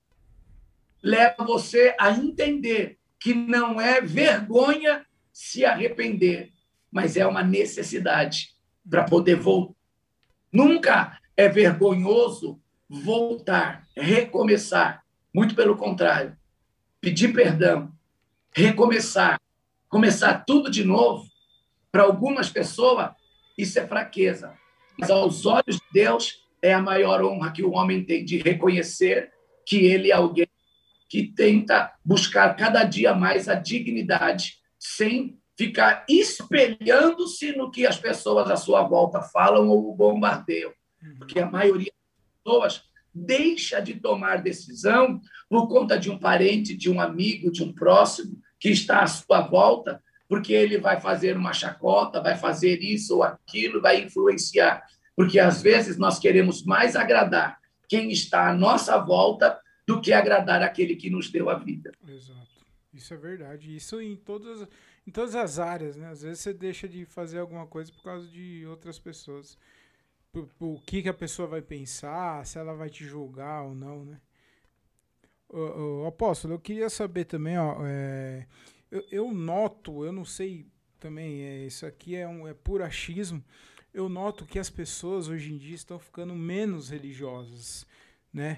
S2: leva você a entender que não é vergonha se arrepender, mas é uma necessidade para poder voltar. Nunca é vergonhoso voltar, recomeçar. Muito pelo contrário. Pedir perdão, recomeçar, começar tudo de novo, para algumas pessoas, isso é fraqueza. Mas aos olhos de Deus, é a maior honra que o homem tem de reconhecer que ele é alguém que tenta buscar cada dia mais a dignidade, sem ficar espelhando-se no que as pessoas à sua volta falam ou bombardeiam. Porque a maioria das pessoas deixa de tomar decisão por conta de um parente, de um amigo, de um próximo que está à sua volta, porque ele vai fazer uma chacota, vai fazer isso ou aquilo, vai influenciar. Porque, às vezes, nós queremos mais agradar quem está à nossa volta do que agradar aquele que nos deu a vida.
S1: Exato. Isso é verdade. Isso em todas, em todas as áreas, né? Às vezes você deixa de fazer alguma coisa por causa de outras pessoas. Por, por, o que, que a pessoa vai pensar, se ela vai te julgar ou não, né? O, o apóstolo, eu queria saber também, ó, é, eu, eu noto, eu não sei também, é, isso aqui é, um, é puro achismo, eu noto que as pessoas hoje em dia estão ficando menos religiosas, né?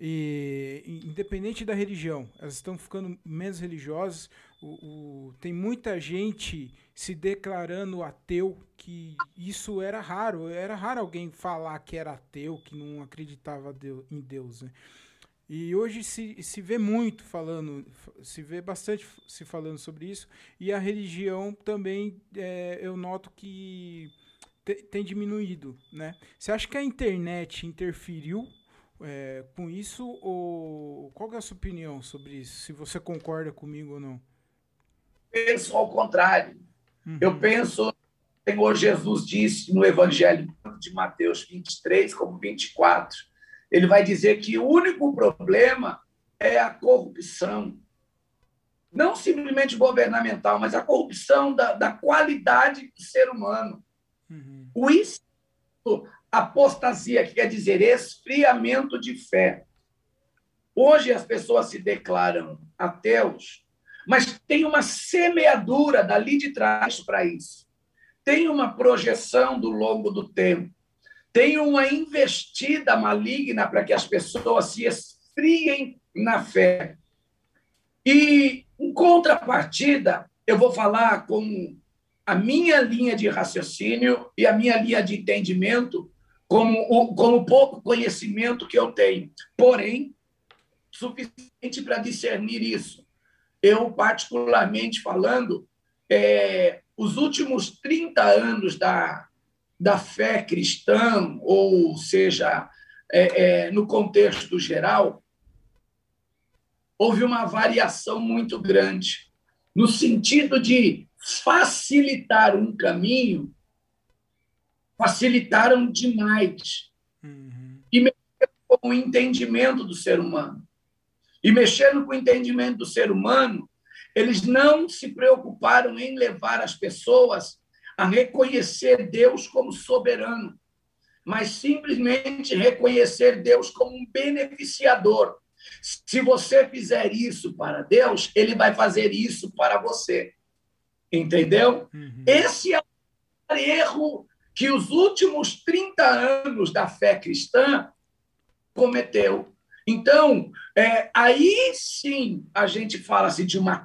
S1: E, independente da religião, elas estão ficando menos religiosas. O, o, tem muita gente se declarando ateu, que isso era raro, era raro alguém falar que era ateu, que não acreditava Deus, em Deus, né? E hoje se, se vê muito falando, se vê bastante se falando sobre isso, e a religião também, é, eu noto que te, tem diminuído, né? Você acha que a internet interferiu é, com isso, ou qual que é a sua opinião sobre isso? Se você concorda comigo ou não?
S2: Penso ao contrário. Eu
S1: Uhum.
S2: penso, o Senhor Jesus disse no Evangelho de Mateus vinte e três, como vinte e quatro, ele vai dizer que o único problema é a corrupção. Não simplesmente governamental, mas a corrupção da, da qualidade do ser humano.
S1: Uhum.
S2: O isso, apostasia, que quer dizer esfriamento de fé. Hoje as pessoas se declaram ateus, mas tem uma semeadura dali de trás para isso. Tem uma projeção do longo do tempo. Tem uma investida maligna para que as pessoas se esfriem na fé. E, em contrapartida, eu vou falar com a minha linha de raciocínio e a minha linha de entendimento como o, como o pouco conhecimento que eu tenho. Porém, suficiente para discernir isso. Eu, particularmente falando, é, os últimos trinta anos da, da fé cristã, ou seja, é, é, no contexto geral, houve uma variação muito grande, no sentido de facilitar um caminho, facilitaram demais,
S1: Uhum.
S2: e mexeram com o entendimento do ser humano. E mexendo com o entendimento do ser humano, eles não se preocuparam em levar as pessoas a reconhecer Deus como soberano, mas simplesmente reconhecer Deus como um beneficiador. Se você fizer isso para Deus, ele vai fazer isso para você. Entendeu?
S1: Uhum.
S2: Esse é o erro que os últimos trinta anos da fé cristã cometeu. Então, é, aí sim a gente fala-se de uma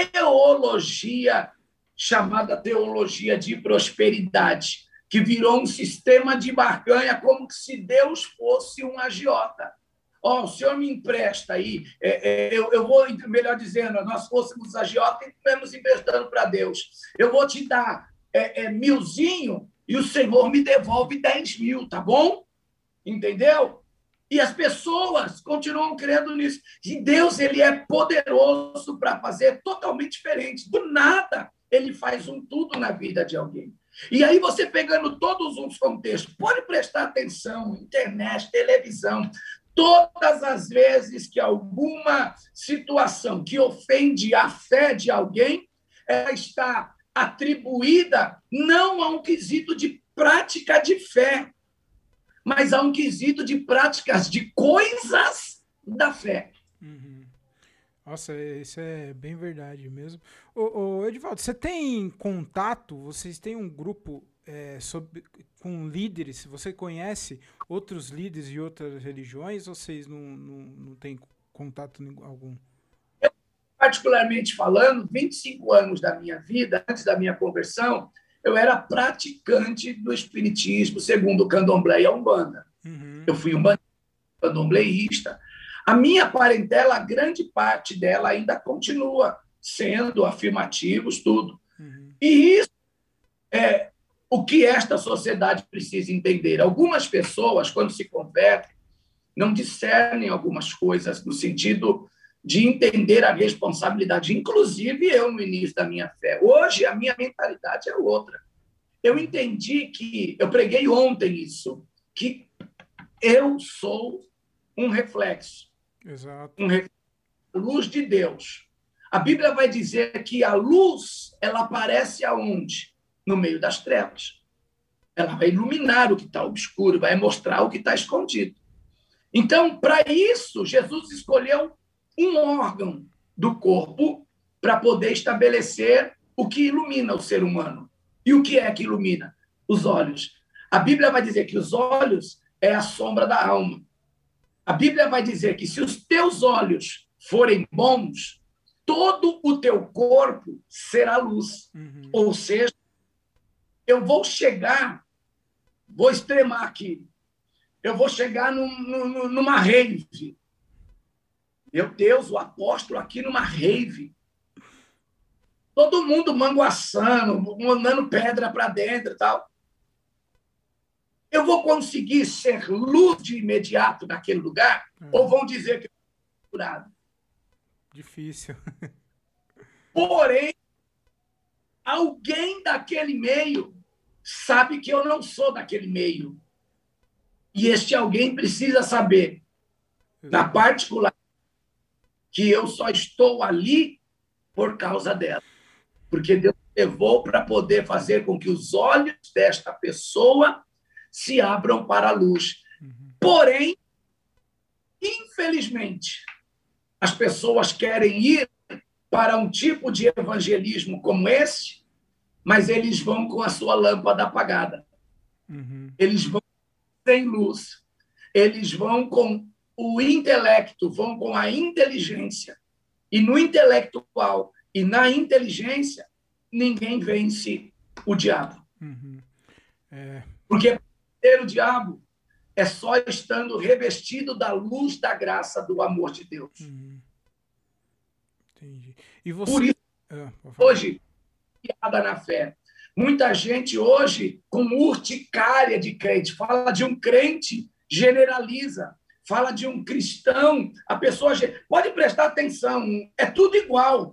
S2: teologia chamada teologia de prosperidade, que virou um sistema de barganha, como se Deus fosse um agiota. Ó, oh, o senhor me empresta aí, é, é, eu, eu vou, melhor dizendo, nós fôssemos agiota e estamos emprestando para Deus. Eu vou te dar é, é, milzinho e o Senhor me devolve dez mil, tá bom? Entendeu? E as pessoas continuam crendo nisso. E Deus, ele é poderoso para fazer totalmente diferente. Do nada, ele faz um tudo na vida de alguém. E aí você pegando todos os contextos, pode prestar atenção, internet, televisão, todas as vezes que alguma situação que ofende a fé de alguém, ela está atribuída não a um quesito de prática de fé, mas há um quesito de práticas de coisas da fé.
S1: Uhum. Nossa, isso é bem verdade mesmo. Ô, ô, Edivaldo, você tem contato, vocês têm um grupo é, sobre, com líderes, você conhece outros líderes de outras religiões ou vocês não, não, não têm contato algum?
S2: Eu, particularmente falando, vinte e cinco anos da minha vida, antes da minha conversão, eu era praticante do espiritismo segundo o candomblé e a umbanda. Uhum. Eu fui um candombleísta. A minha parentela, a grande parte dela ainda continua sendo afirmativos, tudo. Uhum. E isso é o que esta sociedade precisa entender. Algumas pessoas, quando se convertem, não discernem algumas coisas no sentido de entender a responsabilidade. Inclusive, eu, no início da minha fé. Hoje, a minha mentalidade é outra. Eu entendi que, eu preguei ontem isso, que eu sou um reflexo.
S1: Exato.
S2: Um reflexo da luz de Deus. A Bíblia vai dizer que a luz, ela aparece aonde? No meio das trevas. Ela vai iluminar o que está obscuro, vai mostrar o que está escondido. Então, para isso, Jesus escolheu um órgão do corpo para poder estabelecer o que ilumina o ser humano. E o que é que ilumina? Os olhos. A Bíblia vai dizer que os olhos é a sombra da alma. A Bíblia vai dizer que se os teus olhos forem bons, todo o teu corpo será luz. Uhum. Ou seja, eu vou chegar, vou extremar aqui, eu vou chegar num, num, numa rave. Meu Deus, o apóstolo aqui numa rave. Todo mundo manguaçando, mandando pedra para dentro e tal. Eu vou conseguir ser luz de imediato naquele lugar? Uhum. Ou vão dizer que eu estou curado?
S1: Difícil.
S2: Porém, alguém daquele meio sabe que eu não sou daquele meio. E este alguém precisa saber, na particular, que eu só estou ali por causa dela. Porque Deus levou para poder fazer com que os olhos desta pessoa se abram para a luz. Uhum. Porém, infelizmente, as pessoas querem ir para um tipo de evangelismo como esse, mas eles vão com a sua lâmpada apagada. Uhum. Eles vão sem luz. Eles vão com o intelecto, vão com a inteligência. E no intelectual e na inteligência, ninguém vence o diabo. Uhum. É... Porque vencer o diabo é só estando revestido da luz da graça do amor de Deus.
S1: Uhum. Entendi. E você...
S2: Por isso, ah, hoje, piada na fé. Muita gente hoje, com urticária de crente, fala de um crente, generaliza. Fala de um cristão, a pessoa... Pode prestar atenção, é tudo igual.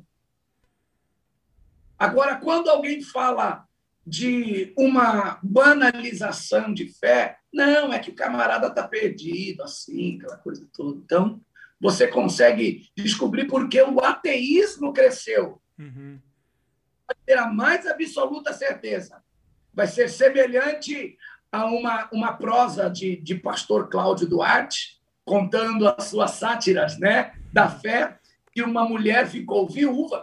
S2: Agora, quando alguém fala de uma banalização de fé, não, é que o camarada está perdido, assim, aquela coisa toda. Então, você consegue descobrir por que o ateísmo cresceu. Uhum. Vai ter a mais absoluta certeza. Vai ser semelhante a uma, uma prosa de, de pastor Cláudio Duarte, contando as suas sátiras, né, da fé, que uma mulher ficou viúva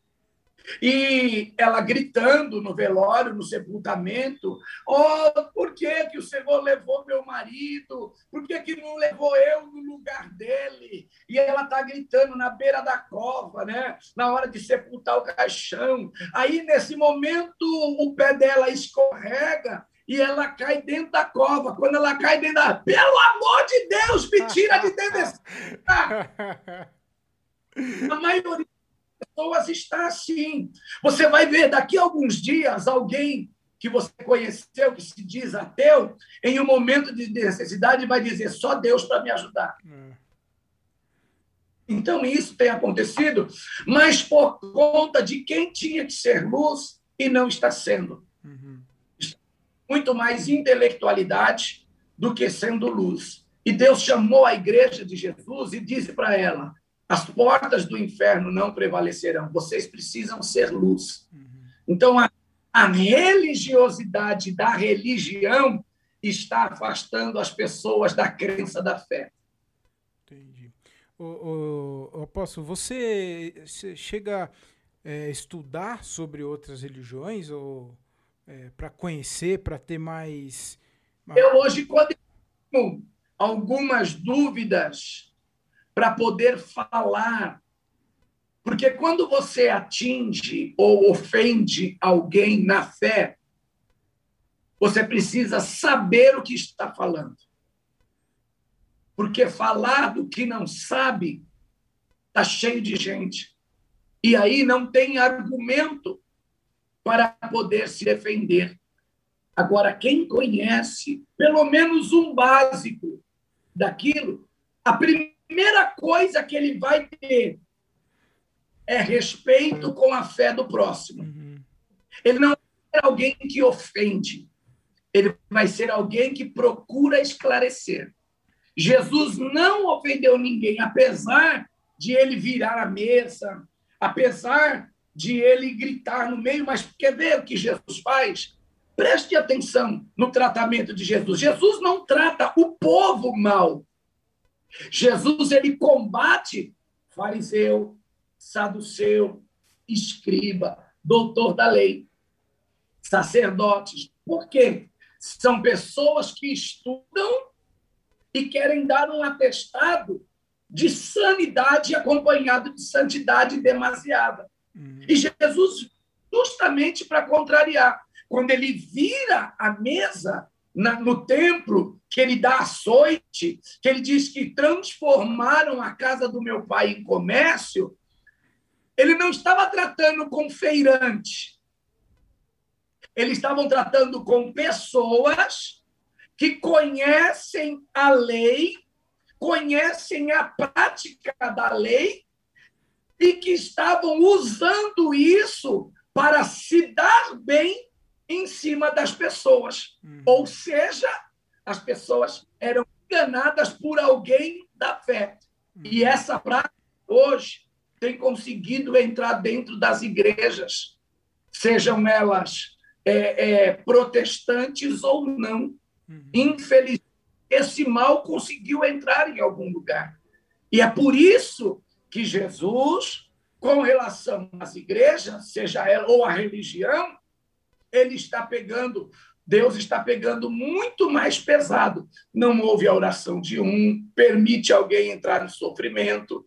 S2: e ela gritando no velório, no sepultamento: oh, por que, que o Senhor levou meu marido? Por que, que não levou eu no lugar dele? E ela está gritando na beira da cova, né? Na hora de sepultar o caixão. Aí, nesse momento, o pé dela escorrega e ela cai dentro da cova. Quando ela cai dentro da... Pelo amor de Deus, me tira de dentro desse... A maioria das pessoas está assim. Você vai ver, daqui a alguns dias, alguém que você conheceu, que se diz ateu, em um momento de necessidade, vai dizer: só Deus para me ajudar. Hum. Então, isso tem acontecido, mas por conta de quem tinha que ser luz e não está sendo. Uhum. Muito mais intelectualidade do que sendo luz. E Deus chamou a igreja de Jesus e disse para ela: as portas do inferno não prevalecerão, vocês precisam ser luz. Uhum. Então, a, a religiosidade da religião está afastando as pessoas da crença da fé.
S1: Entendi. O, o, o apóstolo, você, você chega a é, estudar sobre outras religiões ou... É, para conhecer, para ter mais...
S2: Eu hoje, quando eu tenho algumas dúvidas para poder falar, porque quando você atinge ou ofende alguém na fé, você precisa saber o que está falando. Porque falar do que não sabe está cheio de gente. E aí não tem argumento para poder se defender. Agora, quem conhece pelo menos um básico daquilo, a primeira coisa que ele vai ter é respeito com a fé do próximo. Uhum. Ele não é alguém que ofende, ele vai ser alguém que procura esclarecer. Jesus não ofendeu ninguém, apesar de ele virar a mesa, apesar de ele gritar no meio, mas quer ver o que Jesus faz? Preste atenção no tratamento de Jesus. Jesus não trata o povo mal. Jesus, ele combate fariseu, saduceu, escriba, doutor da lei, sacerdotes. Por quê? São pessoas que estudam e querem dar um atestado de sanidade acompanhado de santidade demasiada. E Jesus, justamente para contrariar, quando ele vira a mesa, na, no templo, que ele dá açoite, que ele diz que transformaram a casa do meu pai em comércio, ele não estava tratando com feirante. Eles estavam tratando com pessoas que conhecem a lei, conhecem a prática da lei e que estavam usando isso para se dar bem em cima das pessoas. Uhum. Ou seja, as pessoas eram enganadas por alguém da fé. Uhum. E essa prática, hoje, tem conseguido entrar dentro das igrejas, sejam elas é, é, protestantes ou não. Uhum. Infelizmente, esse mal conseguiu entrar em algum lugar. E é por isso que Jesus, com relação às igrejas, seja ela ou a religião, ele está pegando, Deus está pegando muito mais pesado. Não houve a oração de um, permite alguém entrar no sofrimento,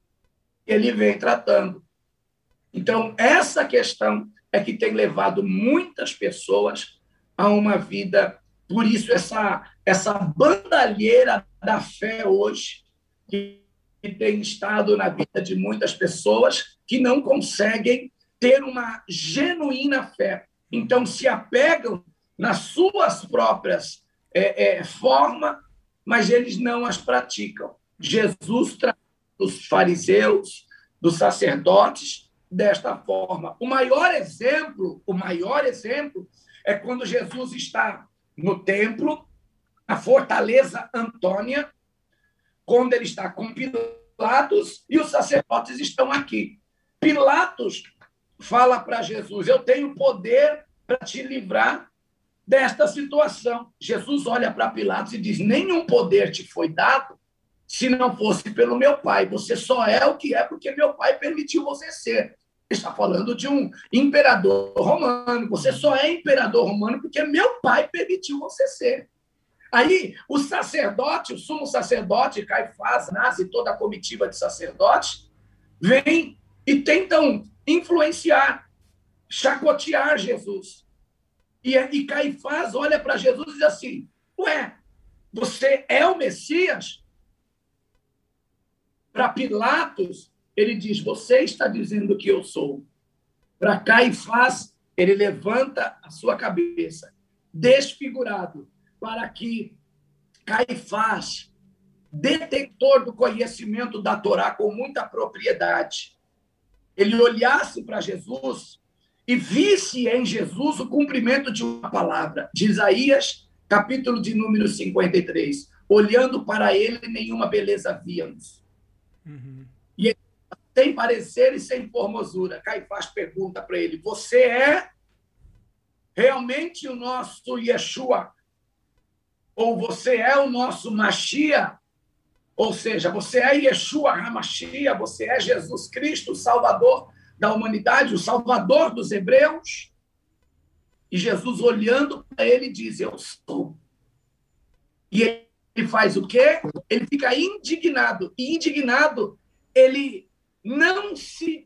S2: ele vem tratando. Então, essa questão é que tem levado muitas pessoas a uma vida, por isso essa, essa bandalheira da fé hoje, que tem estado na vida de muitas pessoas que não conseguem ter uma genuína fé. Então, se apegam nas suas próprias é, é, formas, mas eles não as praticam. Jesus traz dos fariseus, dos sacerdotes, desta forma. O maior exemplo, o maior exemplo é quando Jesus está no templo, na fortaleza Antônia, quando ele está com Pilatos e os sacerdotes estão aqui. Pilatos fala para Jesus, eu tenho poder para te livrar desta situação. Jesus olha para Pilatos e diz, nenhum poder te foi dado se não fosse pelo meu pai. Você só é o que é porque meu pai permitiu você ser. Ele está falando de um imperador romano. Você só é imperador romano porque meu pai permitiu você ser. Aí, o sacerdote, o sumo sacerdote, Caifás, Anás e toda a comitiva de sacerdotes, vem e tentam influenciar, chacotear Jesus. E, e Caifás olha para Jesus e diz assim, ué, você é o Messias? Para Pilatos, ele diz, você está dizendo que eu sou. Para Caifás, ele levanta a sua cabeça, desfigurado, para que Caifás, detentor do conhecimento da Torá com muita propriedade, ele olhasse para Jesus e visse em Jesus o cumprimento de uma palavra, de Isaías, capítulo de número cinquenta e três. Olhando para ele, nenhuma beleza víamos. Uhum. E ele, sem parecer e sem formosura, Caifás pergunta para ele, você é realmente o nosso Yeshua? Ou você é o nosso Mashiach? Ou seja, você é Yeshua HaMashiach, você é Jesus Cristo, o Salvador da humanidade, o Salvador dos hebreus? E Jesus, olhando para ele, diz, eu sou. E ele faz o quê? Ele fica indignado. E indignado, ele não se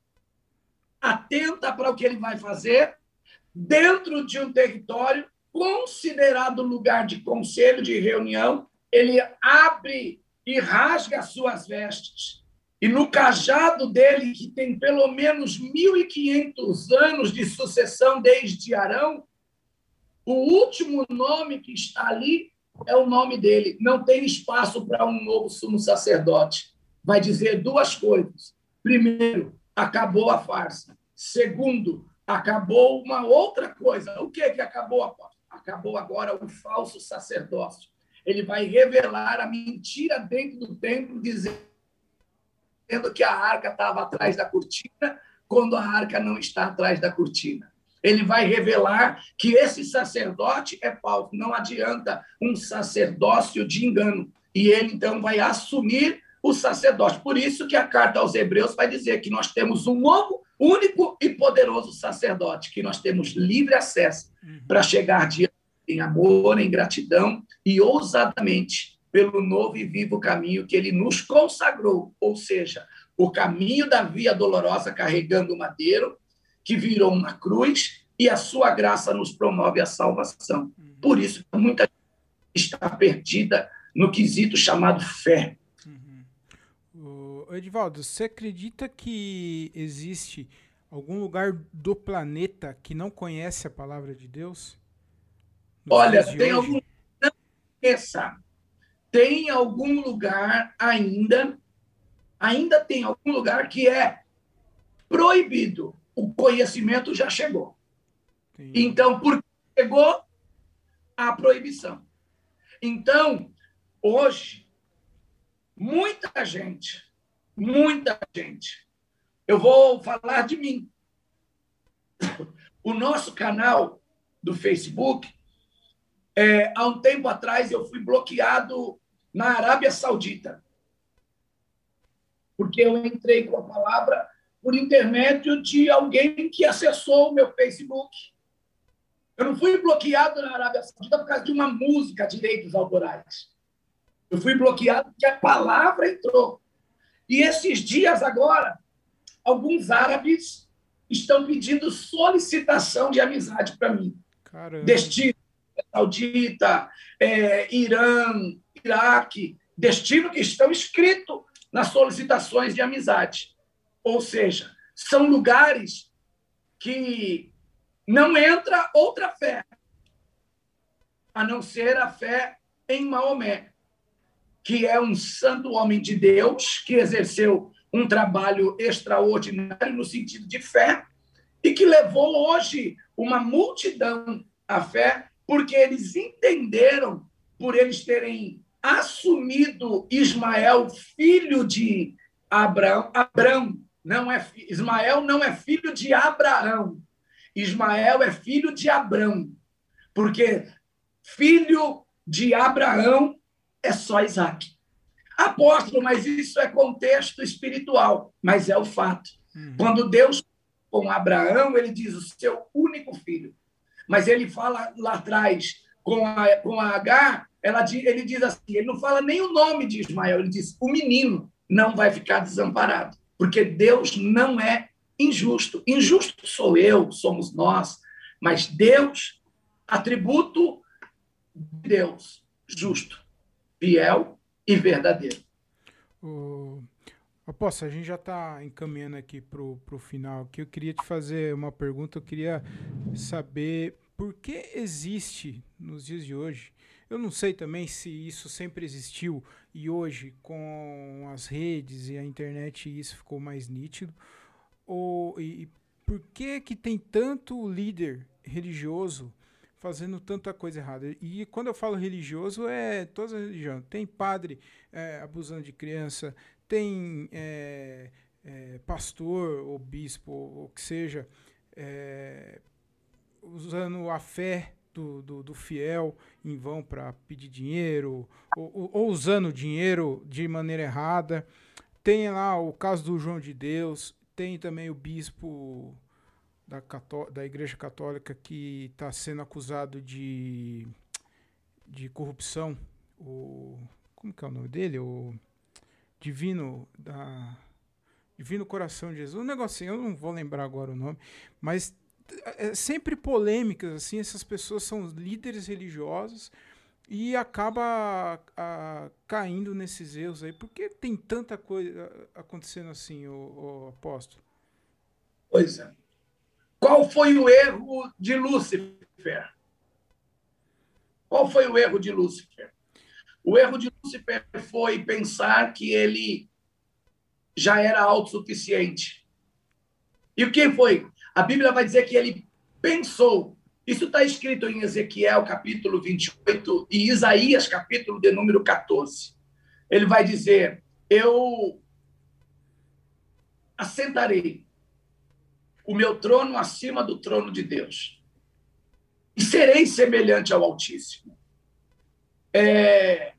S2: atenta para o que ele vai fazer dentro de um território considerado lugar de conselho, de reunião. Ele abre e rasga as suas vestes. E no cajado dele, que tem pelo menos mil e quinhentos anos de sucessão desde Arão, o último nome que está ali é o nome dele. Não tem espaço para um novo sumo sacerdote. Vai dizer duas coisas. Primeiro, acabou a farsa. Segundo, acabou uma outra coisa. O que é que acabou a farsa? Acabou agora o falso sacerdócio. Ele vai revelar a mentira dentro do templo, dizendo que a arca estava atrás da cortina, quando a arca não está atrás da cortina. Ele vai revelar que esse sacerdote é falso. Não adianta um sacerdócio de engano. E ele, então, vai assumir o sacerdócio. Por isso que a carta aos Hebreus vai dizer que nós temos um novo, único e poderoso sacerdote, que nós temos livre acesso uhum. para chegar diante em amor, em gratidão e ousadamente pelo novo e vivo caminho que ele nos consagrou, ou seja, o caminho da via dolorosa carregando o madeiro, que virou uma cruz, e a sua graça nos promove a salvação. Por isso, muita gente está perdida no quesito chamado fé.
S1: Uhum. O Edivaldo, você acredita que existe algum lugar do planeta que não conhece a palavra de Deus?
S2: Olha, tem algum... Não esqueça. Tem algum lugar ainda, ainda tem algum lugar que é proibido. O conhecimento já chegou. Sim. Então, por que chegou a proibição? Então, hoje, muita gente, muita gente, eu vou falar de mim. O nosso canal do Facebook, é, há um tempo atrás, eu fui bloqueado na Arábia Saudita, porque eu entrei com a palavra por intermédio de alguém que acessou o meu Facebook. Eu não fui bloqueado na Arábia Saudita por causa de uma música, direitos autorais. Eu fui bloqueado porque a palavra entrou. E esses dias agora, alguns árabes estão pedindo solicitação de amizade para mim.
S1: Caramba.
S2: Destino Saudita, é, Irã, Iraque, destino que estão escritos nas solicitações de amizade. Ou seja, são lugares que não entra outra fé, a não ser a fé em Maomé, que é um santo homem de Deus, que exerceu um trabalho extraordinário no sentido de fé e que levou hoje uma multidão à fé, porque eles entenderam, por eles terem assumido Ismael, filho de Abraão, Abraão não é, Ismael não é filho de Abraão, Ismael é filho de Abrão, porque filho de Abraão é só Isaac. Apóstolo, mas isso é contexto espiritual, mas é o fato. Uhum. Quando Deus com Abraão, ele diz o seu único filho. Mas ele fala lá atrás com a, com a Agar, ela, ele diz assim, ele não fala nem o nome de Ismael, ele diz, o menino não vai ficar desamparado, porque Deus não é injusto. Injusto sou eu, somos nós, mas Deus, atributo de Deus, justo, fiel e verdadeiro.
S1: O... Apóstolo, a gente já está encaminhando aqui para o final, que eu queria te fazer uma pergunta, eu queria saber por que existe, nos dias de hoje, eu não sei também se isso sempre existiu e hoje com as redes e a internet isso ficou mais nítido, ou, e, e por que que tem tanto líder religioso fazendo tanta coisa errada? E quando eu falo religioso, é todas as religiões. Tem padre é, abusando de criança, tem é, é, pastor ou bispo, ou o que seja, é, usando a fé do, do, do fiel em vão para pedir dinheiro, ou, ou, ou usando dinheiro de maneira errada. Tem lá o caso do João de Deus, tem também o bispo da, cató da Igreja Católica que está sendo acusado de, de corrupção. O, como que é o nome dele? O Divino, da, Divino Coração de Jesus. Um negocinho, eu não vou lembrar agora o nome, mas é sempre polêmicas, assim, essas pessoas são líderes religiosos e acaba a, caindo nesses erros aí. Por que tem tanta coisa acontecendo assim, o, o apóstolo?
S2: Pois é. Qual foi o erro de Lúcifer? Qual foi o erro de Lúcifer? O erro de Lúcifer foi pensar que ele já era autossuficiente. E o que foi? A Bíblia vai dizer que ele pensou. Isso está escrito em Ezequiel, capítulo vinte e oito, e Isaías, capítulo de número quatorze. Ele vai dizer, eu assentarei o meu trono acima do trono de Deus e serei semelhante ao Altíssimo. É...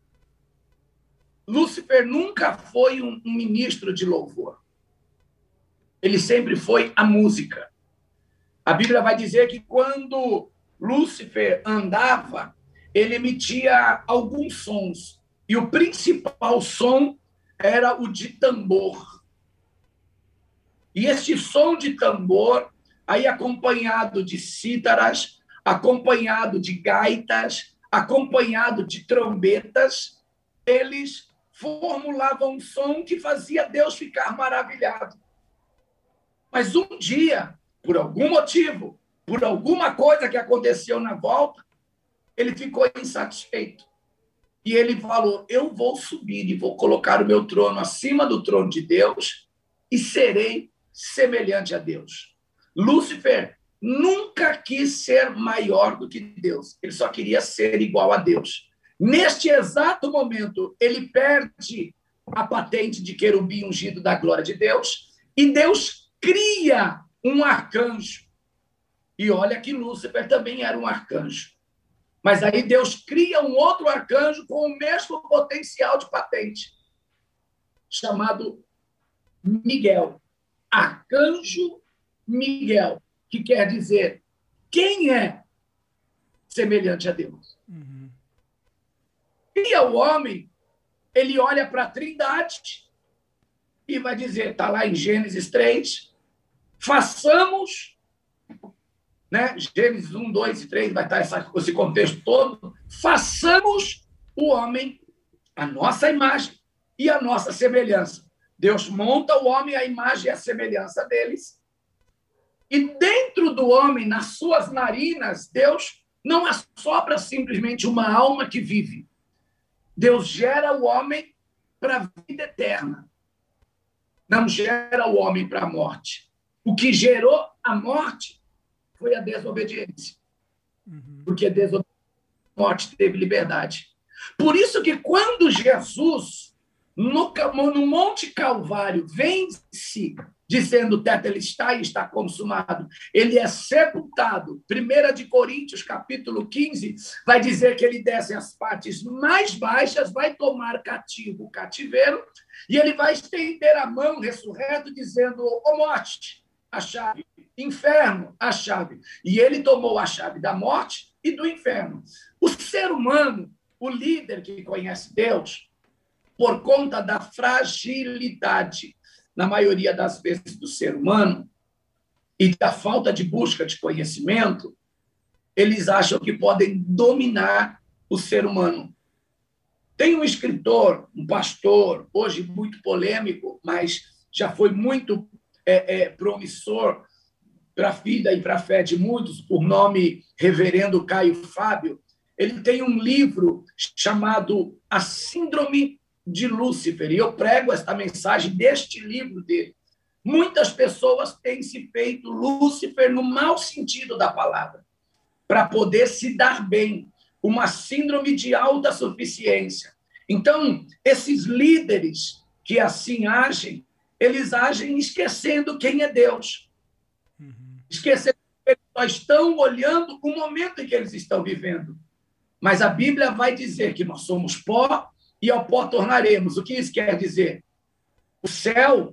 S2: Lúcifer nunca foi um, um ministro de louvor. Ele sempre foi a música. A Bíblia vai dizer que quando Lúcifer andava, ele emitia alguns sons. E o principal som era o de tambor. E este som de tambor aí acompanhado de cítaras, acompanhado de gaitas, acompanhado de trombetas, eles formulavam um som que fazia Deus ficar maravilhado. Mas um dia, por algum motivo, por alguma coisa que aconteceu na volta, ele ficou insatisfeito. E ele falou, eu vou subir e vou colocar o meu trono acima do trono de Deus e serei semelhante a Deus. Lúcifer nunca quis ser maior do que Deus. Ele só queria ser igual a Deus. Neste exato momento, ele perde a patente de querubim ungido da glória de Deus e Deus cria um arcanjo. E olha que Lúcifer também era um arcanjo. Mas aí Deus cria um outro arcanjo com o mesmo potencial de patente, chamado Miguel. Arcanjo Miguel, que quer dizer quem é semelhante a Deus. Uhum. E o homem, ele olha para a Trindade e vai dizer, está lá em Gênesis três, façamos... Né? Gênesis um, dois e três, vai estar essa, esse contexto todo. Façamos o homem a nossa imagem e a nossa semelhança. Deus monta o homem à imagem e à semelhança deles. E dentro do homem, nas suas narinas, Deus não assopra simplesmente uma alma que vive. Deus gera o homem para a vida eterna. Não gera o homem para a morte. O que gerou a morte foi a desobediência. Uhum. Porque a desobediência, a morte teve liberdade. Por isso que quando Jesus, no, no Monte Calvário, vence, dizendo, tetelestai, está consumado, ele é sepultado. primeira de Coríntios, capítulo quinze, vai dizer que ele desce as partes mais baixas, vai tomar cativo o cativeiro, e ele vai estender a mão, ressurreto, dizendo, ó morte, a chave, inferno, a chave. E ele tomou a chave da morte e do inferno. O ser humano, o líder que conhece Deus, por conta da fragilidade, na maioria das vezes, do ser humano, e da falta de busca de conhecimento, eles acham que podem dominar o ser humano. Tem um escritor, um pastor, hoje muito polêmico, mas já foi muito é, é, promissor para a vida e para a fé de muitos, por nome Reverendo Caio Fábio. Ele tem um livro chamado A Síndrome de Lúcifer, e eu prego esta mensagem deste livro dele. Muitas pessoas têm se feito Lúcifer no mau sentido da palavra, para poder se dar bem, uma síndrome de autossuficiência. Então, esses líderes que assim agem, eles agem esquecendo quem é Deus. Uhum. Esquecendo que eles só estão olhando o momento em que eles estão vivendo. Mas a Bíblia vai dizer que nós somos pó e ao pó tornaremos. O que isso quer dizer? O céu,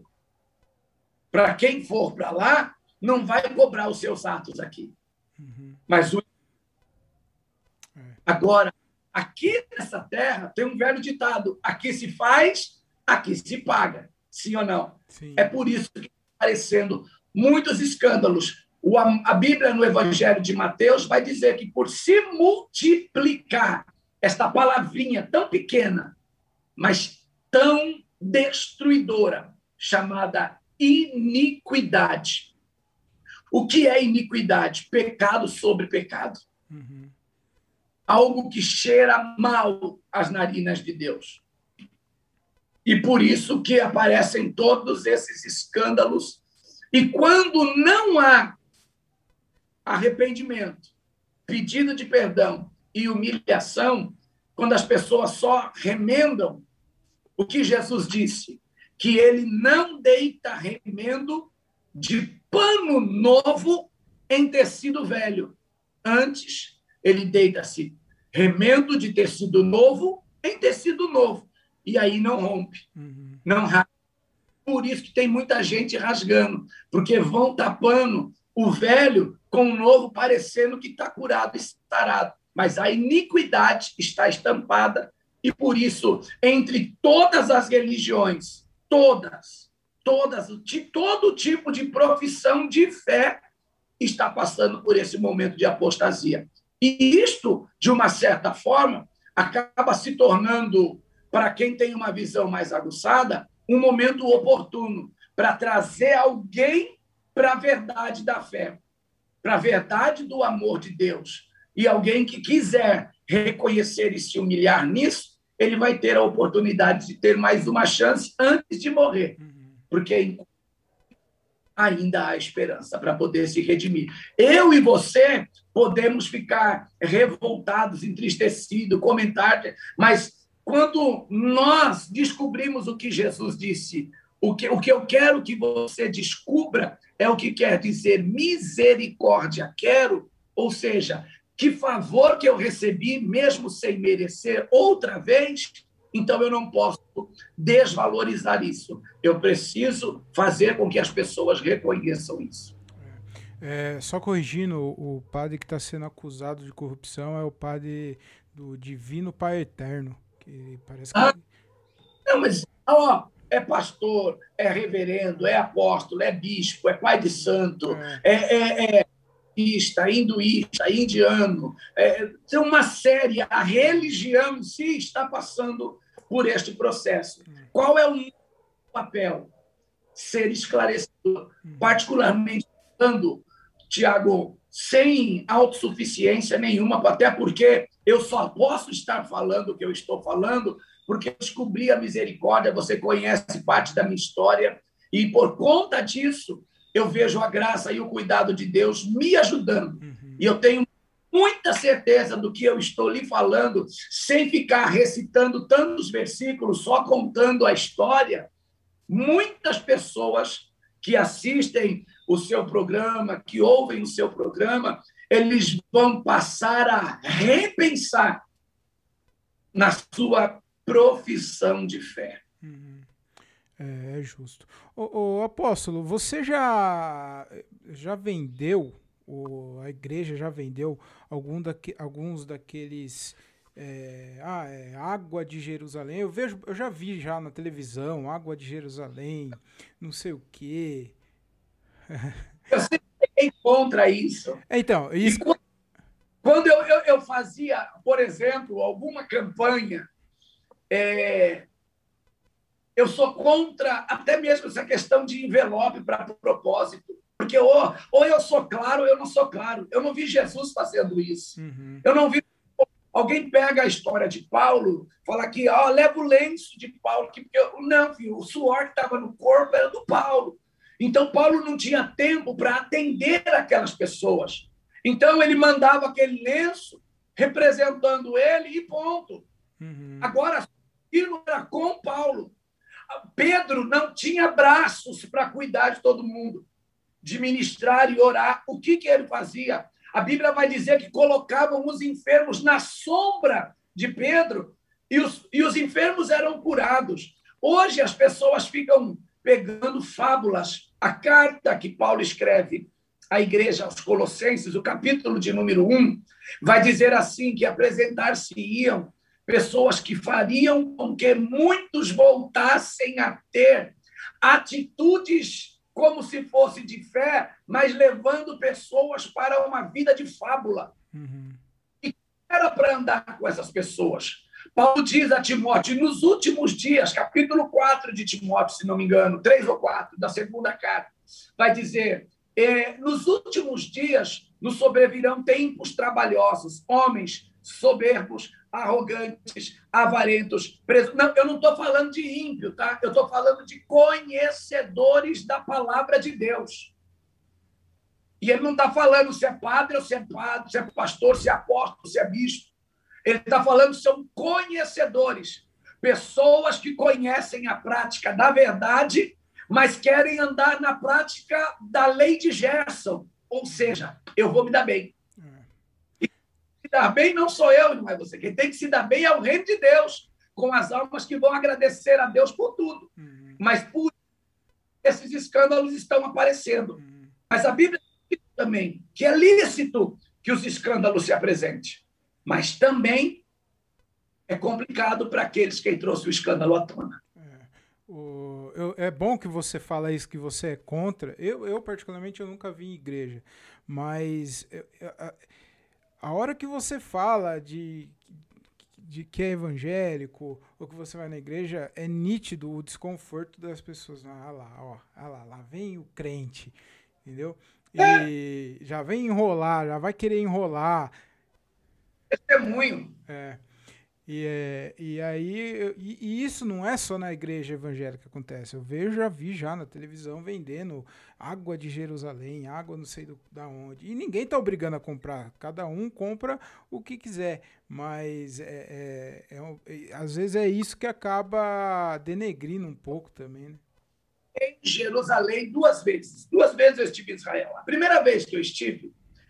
S2: para quem for para lá, não vai cobrar os seus atos aqui. Uhum. Mas o... Agora, aqui nessa terra, tem um velho ditado, aqui se faz, aqui se paga. Sim ou não? Sim. É por isso que estão aparecendo muitos escândalos. O, a Bíblia, no Evangelho de Mateus, vai dizer que por se multiplicar esta palavrinha tão pequena, mas tão destruidora, chamada iniquidade. O que é iniquidade? Pecado sobre pecado. Uhum. Algo que cheira mal às narinas de Deus. E por isso que aparecem todos esses escândalos. E quando não há arrependimento, pedido de perdão e humilhação, quando as pessoas só remendam, o que Jesus disse? Que ele não deita remendo de pano novo em tecido velho. Antes, ele deita-se remendo de tecido novo em tecido novo. E aí não rompe, uhum. não rasga. Por isso que tem muita gente rasgando, porque vão tapando o velho com o novo, parecendo que está curado e sarado. Mas a iniquidade está estampada, e por isso, entre todas as religiões, todas, todas, de todo tipo de profissão de fé, está passando por esse momento de apostasia. E isto, de uma certa forma, acaba se tornando, para quem tem uma visão mais aguçada, um momento oportuno para trazer alguém para a verdade da fé, para a verdade do amor de Deus. E alguém que quiser reconhecer e se humilhar nisso, ele vai ter a oportunidade de ter mais uma chance antes de morrer, porque ainda há esperança para poder se redimir. Eu e você podemos ficar revoltados, entristecidos, comentar, mas quando nós descobrimos o que Jesus disse, o que, o que eu quero que você descubra é o que quer dizer misericórdia quero, ou seja, que favor que eu recebi, mesmo sem merecer outra vez, então eu não posso desvalorizar isso. Eu preciso fazer com que as pessoas reconheçam isso.
S1: É, só corrigindo, o, o padre que está sendo acusado de corrupção é o padre do Divino Pai Eterno. Que parece que...
S2: Ah, não, mas ó, é pastor, é reverendo, é apóstolo, é bispo, é pai de santo, é, é, é, é budista, hinduísta, indiano. É, tem uma série, a religião em si está passando por este processo. Qual é o papel? Ser esclarecedor, particularmente falando, Tiago, sem autossuficiência nenhuma, até porque eu só posso estar falando o que eu estou falando porque eu descobri a misericórdia, você conhece parte da minha história, e por conta disso eu vejo a graça e o cuidado de Deus me ajudando. Uhum. E eu tenho muita certeza do que eu estou lhe falando, sem ficar recitando tantos versículos, só contando a história. Muitas pessoas que assistem o seu programa, que ouvem o seu programa, eles vão passar a repensar na sua profissão de fé.
S1: Uhum. É, é justo. Ô, ô, apóstolo, você já, já vendeu, ou a igreja já vendeu algum daque, alguns daqueles... É, ah, é, Água de Jerusalém, eu vejo, eu já vi já na televisão, Água de Jerusalém, não sei o quê.
S2: Eu sempre fiquei contra isso.
S1: Então, isso...
S2: E quando eu, eu, eu fazia, por exemplo, alguma campanha, é, eu sou contra até mesmo essa questão de envelope para propósito, porque ou, ou eu sou claro ou eu não sou claro. Eu não vi Jesus fazendo isso. Uhum. Eu não vi. Alguém pega a história de Paulo, fala que ó, leva o lenço de Paulo, que, não, filho, o suor que estava no corpo era do Paulo. Então, Paulo não tinha tempo para atender aquelas pessoas. Então, ele mandava aquele lenço representando ele e ponto. Uhum. Agora, aquilo era com Paulo. Pedro não tinha braços para cuidar de todo mundo, de ministrar e orar. O que, que ele fazia? A Bíblia vai dizer que colocavam os enfermos na sombra de Pedro e os, e os enfermos eram curados. Hoje as pessoas ficam pegando fábulas. A carta que Paulo escreve à igreja, aos Colossenses, o capítulo de número um, vai dizer assim, que apresentar-se-iam pessoas que fariam com que muitos voltassem a ter atitudes como se fosse de fé, mas levando pessoas para uma vida de fábula. Uhum. E era para andar com essas pessoas. Paulo diz a Timóteo, nos últimos dias, capítulo quatro de Timóteo, se não me engano, três ou quatro, da segunda carta, vai dizer, eh, nos últimos dias nos sobrevirão tempos trabalhosos, homens soberbos, arrogantes, avarentos, presos. Não, eu não estou falando de ímpio, tá? Eu estou falando de conhecedores da palavra de Deus. E ele não está falando se é padre ou se é padre, se é pastor, se é apóstolo, se é bispo. Ele está falando são conhecedores, pessoas que conhecem a prática da verdade, mas querem andar na prática da lei de Gerson. Ou seja, eu vou me dar bem. Dar bem não sou eu, não é você. Quem tem que se dar bem é o reino de Deus, com as almas que vão agradecer a Deus por tudo. Uhum. Mas por esses escândalos estão aparecendo. Uhum. Mas a Bíblia diz também que é lícito que os escândalos se apresentem. Mas também é complicado para aqueles que trouxeram o escândalo à tona.
S1: O, eu, é bom que você fala isso, que você é contra. Eu, eu particularmente, eu nunca vi em igreja. Mas eu- eu- a, a hora que você fala de, de que é evangélico ou que você vai na igreja, é nítido o desconforto das pessoas. Ah lá, ó, ah lá, lá vem o crente, entendeu? E já vem enrolar, já vai querer enrolar.
S2: Testemunho.
S1: É. E, é, e aí, eu- e, e isso não é só na igreja evangélica que acontece. Eu vejo, já vi já na televisão vendendo água de Jerusalém, água não sei do, da onde. E ninguém tá obrigando a comprar. Cada um compra o que quiser. Mas é, é, é um- é- às vezes é isso que acaba denegrindo um pouco também, né?
S2: Em Jerusalém duas vezes. Duas vezes eu estive em Israel. A primeira vez que eu estive,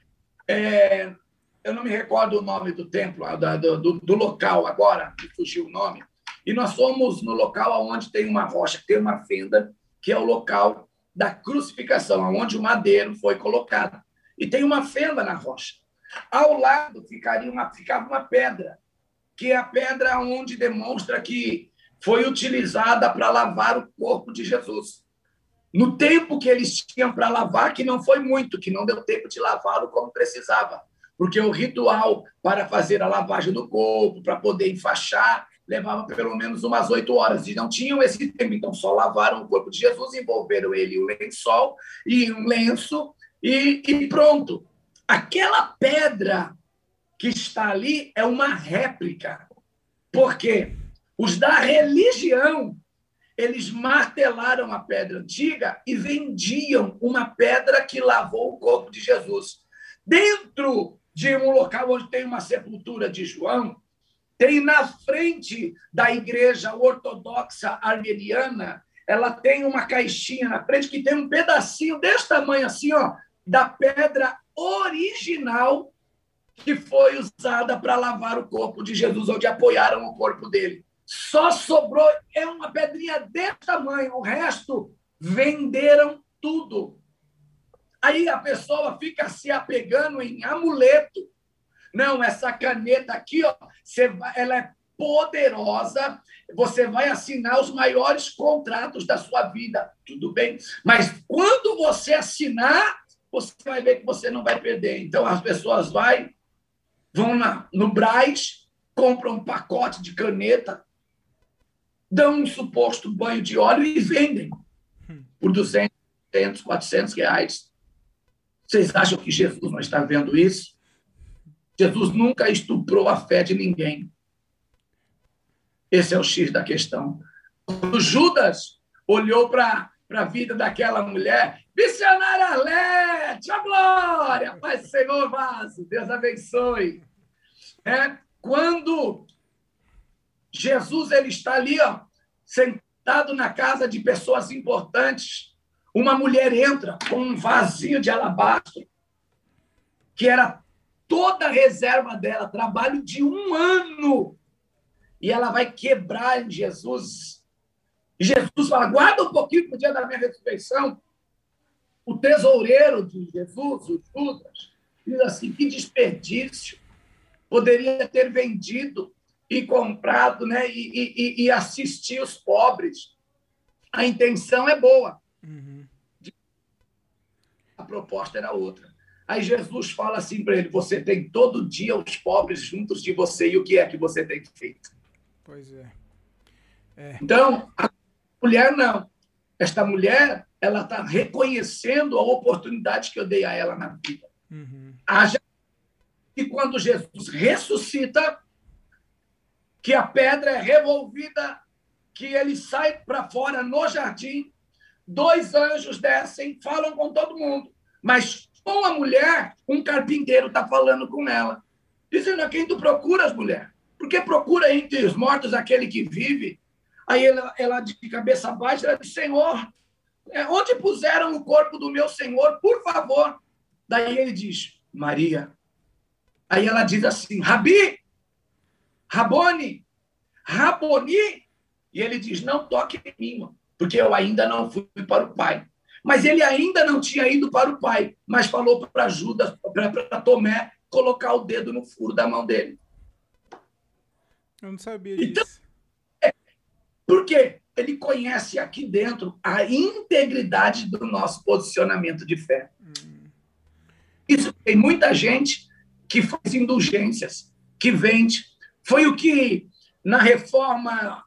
S2: é, eu não me recordo o nome do templo, do, do, do local agora, me fugiu o nome. E nós fomos no local onde tem uma rocha, tem uma fenda, que é o local da crucificação, onde o madeiro foi colocado. E tem uma fenda na rocha. Ao lado ficaria uma, ficava uma pedra, que é a pedra onde demonstra que foi utilizada para lavar o corpo de Jesus. No tempo que eles tinham para lavar, que não foi muito, que não deu tempo de lavá-lo como precisava, porque o ritual para fazer a lavagem do corpo, para poder enfaixar, levava pelo menos umas oito horas, e não tinham esse tempo, então só lavaram o corpo de Jesus, envolveram ele em um lençol e um lenço, e, e pronto. Aquela pedra que está ali é uma réplica, porque os da religião, eles martelaram a pedra antiga e vendiam uma pedra que lavou o corpo de Jesus. Dentro de um local onde tem uma sepultura de João, tem na frente da igreja ortodoxa armeniana, ela tem uma caixinha na frente que tem um pedacinho desse tamanho assim, ó, da pedra original que foi usada para lavar o corpo de Jesus, onde apoiaram o corpo dele. Só sobrou, é uma pedrinha desse tamanho, o resto venderam tudo. Aí a pessoa fica se apegando em amuleto. Não, essa caneta aqui, ó, você vai, ela é poderosa, você vai assinar os maiores contratos da sua vida, tudo bem? Mas quando você assinar, você vai ver que você não vai perder. Então as pessoas vai, vão na, no Brás, compram um pacote de caneta, dão um suposto banho de óleo e vendem por duzentos, trezentos, quatrocentos reais. Vocês acham que Jesus não está vendo isso? Jesus nunca estuprou a fé de ninguém. Esse é o X da questão. O Judas olhou para a vida daquela mulher, missionária Arlete, a glória, Pai Senhor Vaso, Deus abençoe. É, quando Jesus ele está ali, ó, sentado na casa de pessoas importantes, uma mulher entra com um vasinho de alabastro, que era toda a reserva dela, trabalho de um ano, e ela vai quebrar em Jesus. E Jesus fala, guarda um pouquinho para o dia da minha ressurreição. O tesoureiro de Jesus, o Judas, diz assim, que desperdício, poderia ter vendido e comprado, né, e, e, e assistir os pobres. A intenção é boa. Uhum. A proposta era outra. Aí Jesus fala assim para ele, você tem todo dia os pobres juntos de você, e o que é que você tem feito?
S1: Pois é. é.
S2: Então, a mulher não. Esta mulher, ela está reconhecendo a oportunidade que eu dei a ela na vida. Uhum. Haja que quando Jesus ressuscita, que a pedra é revolvida, que ele sai para fora no jardim, dois anjos descem, falam com todo mundo, mas com a mulher, um carpinteiro está falando com ela, dizendo a quem tu procuras, mulher? Porque procura entre os mortos aquele que vive. Aí ela, ela de cabeça baixa, ela diz, Senhor, onde puseram o corpo do meu Senhor? Por favor. Daí ele diz, Maria. Aí ela diz assim, Rabi, Rabone, Raboni. E ele diz, não toque em mim, porque eu ainda não fui para o Pai. Mas ele ainda não tinha ido para o Pai, mas falou para Judas, para Tomé, colocar o dedo no furo da mão dele.
S1: Eu não sabia
S2: então,
S1: disso.
S2: Por quê? ele conhece aqui dentro a integridade do nosso posicionamento de fé. Isso tem muita gente que faz indulgências, que vende. Foi o que, na reforma,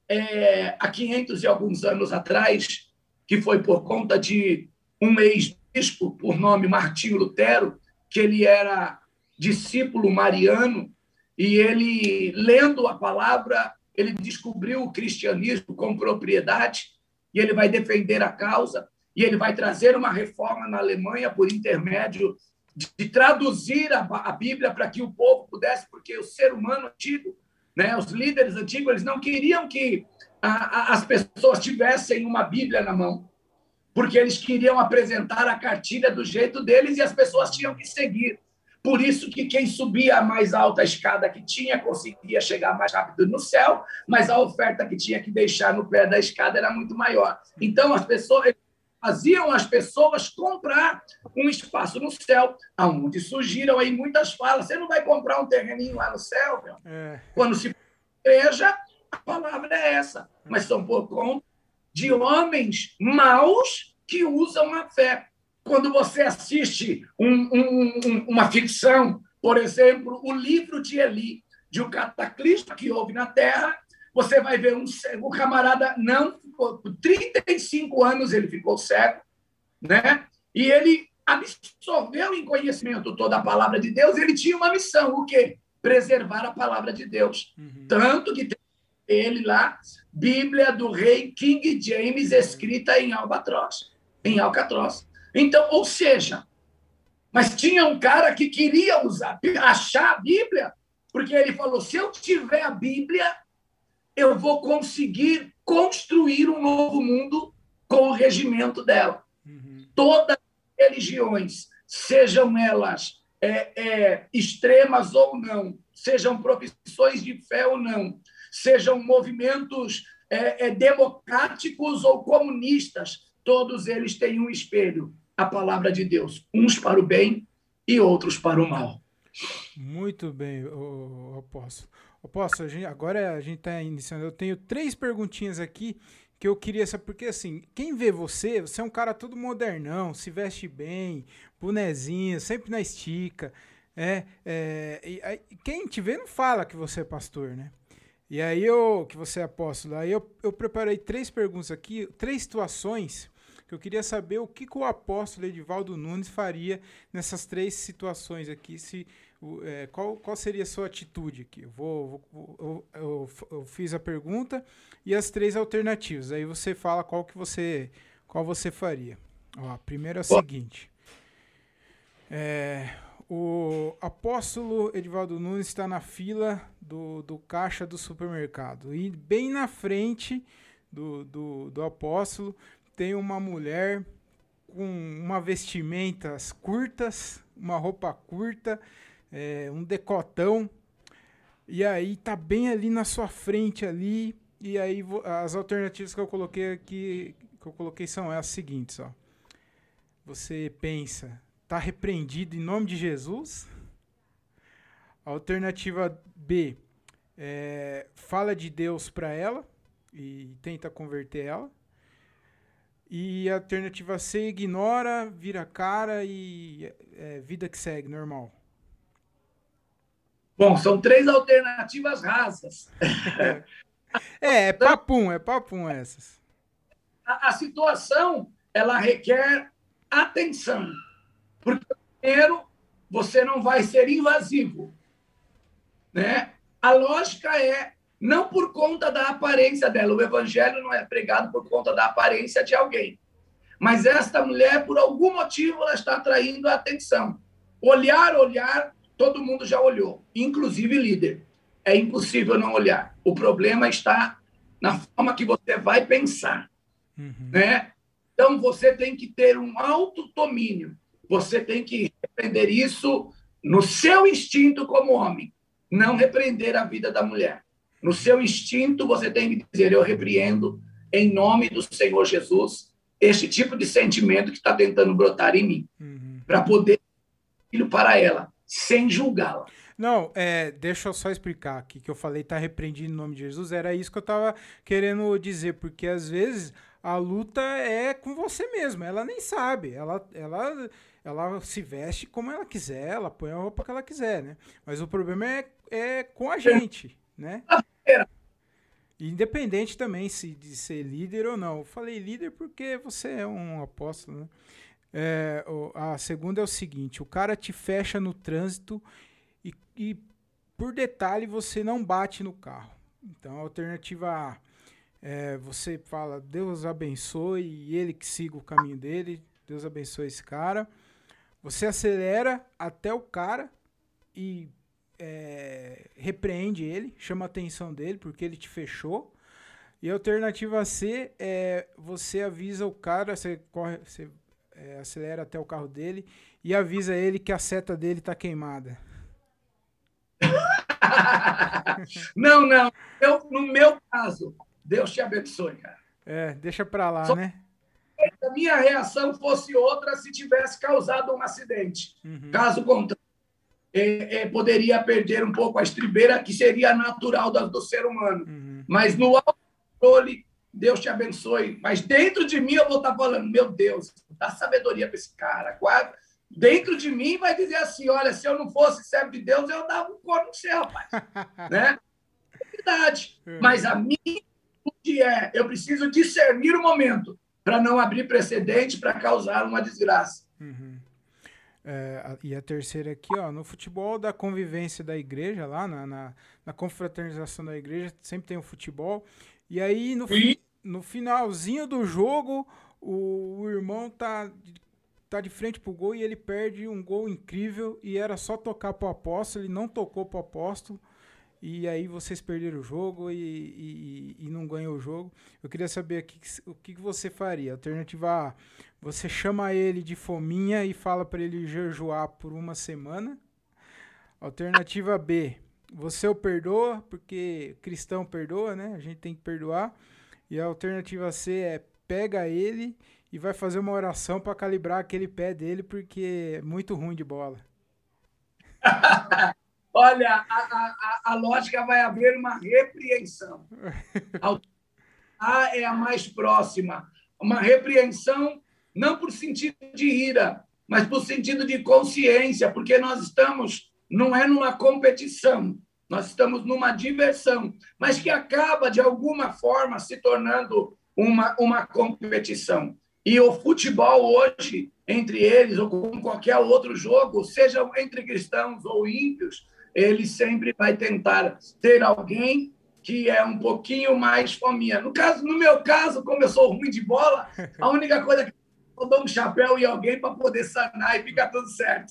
S2: é, há quinhentos e alguns anos atrás, que foi por conta de um ex-bispo, por nome Martinho Lutero, que ele era discípulo mariano, e ele, lendo a palavra, ele descobriu o cristianismo com propriedade, e ele vai defender a causa, e ele vai trazer uma reforma na Alemanha por intermédio de, de traduzir a, a Bíblia para que o povo pudesse, porque o ser humano antigo, né, os líderes antigos, eles não queriam que a, a, as pessoas tivessem uma Bíblia na mão, porque eles queriam apresentar a cartilha do jeito deles e as pessoas tinham que seguir. Por isso que quem subia a mais alta escada que tinha conseguia chegar mais rápido no céu, mas a oferta que tinha que deixar no pé da escada era muito maior. Então, as pessoas faziam as pessoas comprar um espaço no céu, aonde surgiram aí muitas falas. Você não vai comprar um terreninho lá no céu, meu? É. Quando se igreja, a palavra é essa. Mas são por conta de homens maus que usam a fé. Quando você assiste um, um, um, uma ficção, por exemplo, o livro de Eli, de um cataclismo que houve na Terra, você vai ver um, um camarada, não, por trinta e cinco anos ele ficou cego, né? E ele absorveu em conhecimento toda a palavra de Deus, ele tinha uma missão, o quê? Preservar a palavra de Deus. Uhum. Tanto que tem ele lá, Bíblia do rei King James, escrita em albatroz, em alcatroz. Então, ou seja, mas tinha um cara que queria usar, achar a Bíblia, porque ele falou, se eu tiver a Bíblia, eu vou conseguir construir um novo mundo com o regimento dela. Uhum. Todas as religiões, sejam elas é, é, extremas ou não, sejam profissões de fé ou não, sejam movimentos é, é, democráticos ou comunistas, todos eles têm um espelho, a palavra de Deus, uns para o bem e outros para o mal.
S1: Muito bem, o, o apóstolo. Apóstolo, a gente, agora a gente está iniciando, eu tenho três perguntinhas aqui que eu queria saber, porque assim, quem vê você, você é um cara todo modernão, se veste bem, bonezinho, sempre na estica, é, é, e, aí, quem te vê não fala que você é pastor, né? E aí eu, que você é apóstolo, aí eu, eu preparei três perguntas aqui, três situações que eu queria saber o que, que o apóstolo Edivaldo Nunes faria nessas três situações aqui, se, é, qual, qual seria a sua atitude aqui? Eu, vou, vou eu, eu, eu fiz a pergunta e as três alternativas, aí você fala qual que você, qual você faria. Ó, a primeira é a seguinte, é, o apóstolo Edivaldo Nunes está na fila do, do caixa do supermercado e bem na frente do, do, do apóstolo tem uma mulher com uma vestimentas curtas, uma roupa curta, é, um decotão, e aí tá bem ali na sua frente ali, e aí as alternativas que eu coloquei aqui, que eu coloquei são as seguintes, ó. Você pensa, tá repreendido em nome de Jesus? Alternativa B, é, fala de Deus para ela e tenta converter ela. E a alternativa C, ignora, vira a cara e é, vida que segue, normal.
S2: Bom, são três alternativas rasas.
S1: É, é papum, é papum essas.
S2: A, a situação, ela requer atenção. Porque, primeiro, você não vai ser invasivo, né? A lógica é, não por conta da aparência dela. O evangelho não é pregado por conta da aparência de alguém. Mas esta mulher, por algum motivo, ela está atraindo a atenção. Olhar, olhar, todo mundo já olhou, inclusive líder. É impossível não olhar. O problema está na forma que você vai pensar. Uhum. Né? Então, você tem que ter um autodomínio. Você tem que repreender isso no seu instinto como homem. Não repreender a vida da mulher. No seu instinto, você tem que dizer, eu repreendo, em nome do Senhor Jesus, este tipo de sentimento que está tentando brotar em mim, uhum. para poder ir para ela, sem julgá-la.
S1: Não, é, deixa eu só explicar aqui, que eu falei tá repreendido em nome de Jesus, era isso que eu tava querendo dizer, porque às vezes a luta é com você mesmo, ela nem sabe, ela, ela, ela se veste como ela quiser, ela põe a roupa que ela quiser, né? Mas o problema é, é com a gente, né? Independente também se de ser líder ou não. Eu falei líder porque você é um apóstolo, né? É, a segunda é o seguinte, o cara te fecha no trânsito e, e por detalhe você não bate no carro. Então a alternativa A, é, você fala Deus abençoe e ele que siga o caminho dele, Deus abençoe esse cara. Você acelera até o cara e é, repreende ele, chama a atenção dele porque ele te fechou. E a alternativa C é você avisa o cara, você corre, você é, acelera até o carro dele e avisa ele que a seta dele tá queimada.
S2: Não, não. Eu, no meu caso, Deus te abençoe, cara.
S1: É, deixa pra lá,
S2: Só
S1: né?
S2: que a minha reação fosse outra se tivesse causado um acidente.
S1: Uhum.
S2: Caso contrário, é, é, poderia perder um pouco a estribeira, que seria natural do, do ser humano.
S1: Uhum.
S2: Mas no autocontrole, Deus te abençoe. Mas dentro de mim eu vou estar falando, meu Deus, dá sabedoria para esse cara. Quase, dentro de mim vai dizer assim, olha, se eu não fosse servo de Deus, eu dava um corno no céu, rapaz. Né? É verdade. Uhum. Mas a minha é, eu preciso discernir o momento para não abrir precedente para causar uma desgraça.
S1: Uhum. É, e a terceira aqui, ó, no futebol da convivência da igreja, lá na, na, na confraternização da igreja, sempre tem o futebol. E aí, no, fi, no finalzinho do jogo, o, o irmão tá, tá de frente pro gol e ele perde um gol incrível. E era só tocar pro apóstolo, ele não tocou pro apóstolo. E aí vocês perderam o jogo e, e, e não ganhou o jogo. Eu queria saber aqui, o que você faria. Alternativa A, você chama ele de fominha e fala para ele jejuar por uma semana. Alternativa B, você o perdoa, porque cristão perdoa, né? A gente tem que perdoar. E a alternativa C é pega ele e vai fazer uma oração para calibrar aquele pé dele, porque é muito ruim de bola.
S2: Olha, a, a, a lógica vai haver uma repreensão. A é a mais próxima. Uma repreensão não por sentido de ira, mas por sentido de consciência, porque nós estamos, não é numa competição, nós estamos numa diversão, mas que acaba, de alguma forma, se tornando uma, uma competição. E o futebol hoje, entre eles, ou com qualquer outro jogo, seja entre cristãos ou ímpios, ele sempre vai tentar ter alguém que é um pouquinho mais fominha. No caso, no meu caso, como eu sou ruim de bola, a única coisa que eu dou um chapéu e alguém para poder sanar e ficar tudo certo.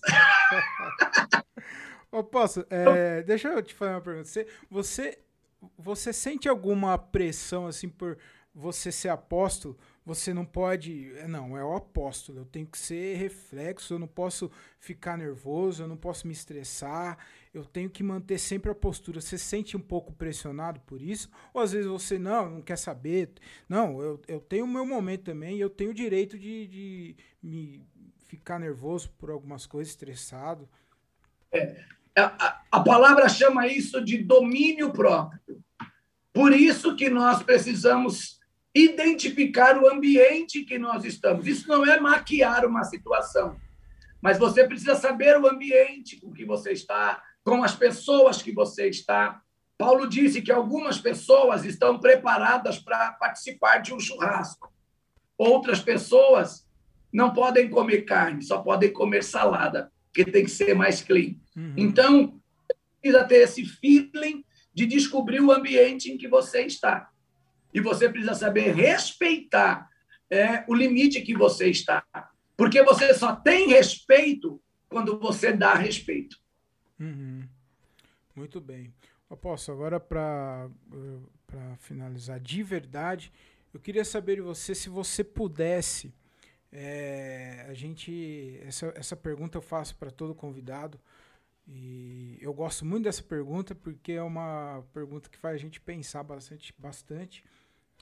S1: Ô, posso, é, deixa eu te fazer uma pergunta. Você, você, você sente alguma pressão assim por você ser apóstolo? Você não pode... Não, é o apóstolo. Eu tenho que ser reflexo. Eu não posso ficar nervoso. Eu não posso me estressar. Eu tenho que manter sempre a postura. Você se sente um pouco pressionado por isso? Ou às vezes você não, não quer saber? Não, eu, eu tenho o meu momento também. E eu tenho o direito de, de me ficar nervoso por algumas coisas, estressado.
S2: É, a, a palavra chama isso de domínio próprio. Por isso que nós precisamos identificar o ambiente que nós estamos. Isso não é maquiar uma situação, mas você precisa saber o ambiente com que você está, com as pessoas que você está. Paulo disse que algumas pessoas estão preparadas para participar de um churrasco. Outras pessoas não podem comer carne, só podem comer salada, porque tem que ser mais clean. Uhum. Então, precisa ter esse feeling de descobrir o ambiente em que você está. E você precisa saber respeitar é, o limite que você está. Porque você só tem respeito quando você dá respeito.
S1: Uhum. Muito bem. Apóstolo, agora para finalizar de verdade, eu queria saber de você se você pudesse... É, a gente... Essa, essa pergunta eu faço para todo convidado. E eu gosto muito dessa pergunta porque é uma pergunta que faz a gente pensar bastante, bastante.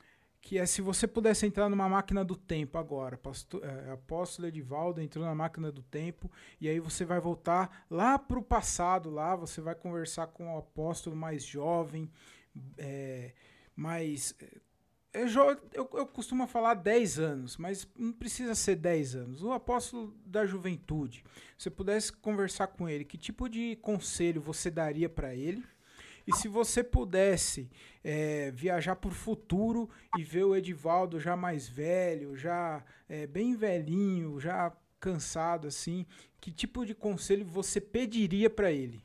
S1: que é se você pudesse entrar numa máquina do tempo agora, pastor, é, apóstolo Edivaldo entrou na máquina do tempo, e aí você vai voltar lá para o passado, lá você vai conversar com o apóstolo mais jovem, é, mais... Eu, eu, eu costumo falar dez anos, mas não precisa ser dez anos. O apóstolo da juventude, se você pudesse conversar com ele, que tipo de conselho você daria para ele? E se você pudesse é, viajar para o futuro e ver o Edivaldo já mais velho, já é, bem velhinho, já cansado assim, que tipo de conselho você pediria para ele?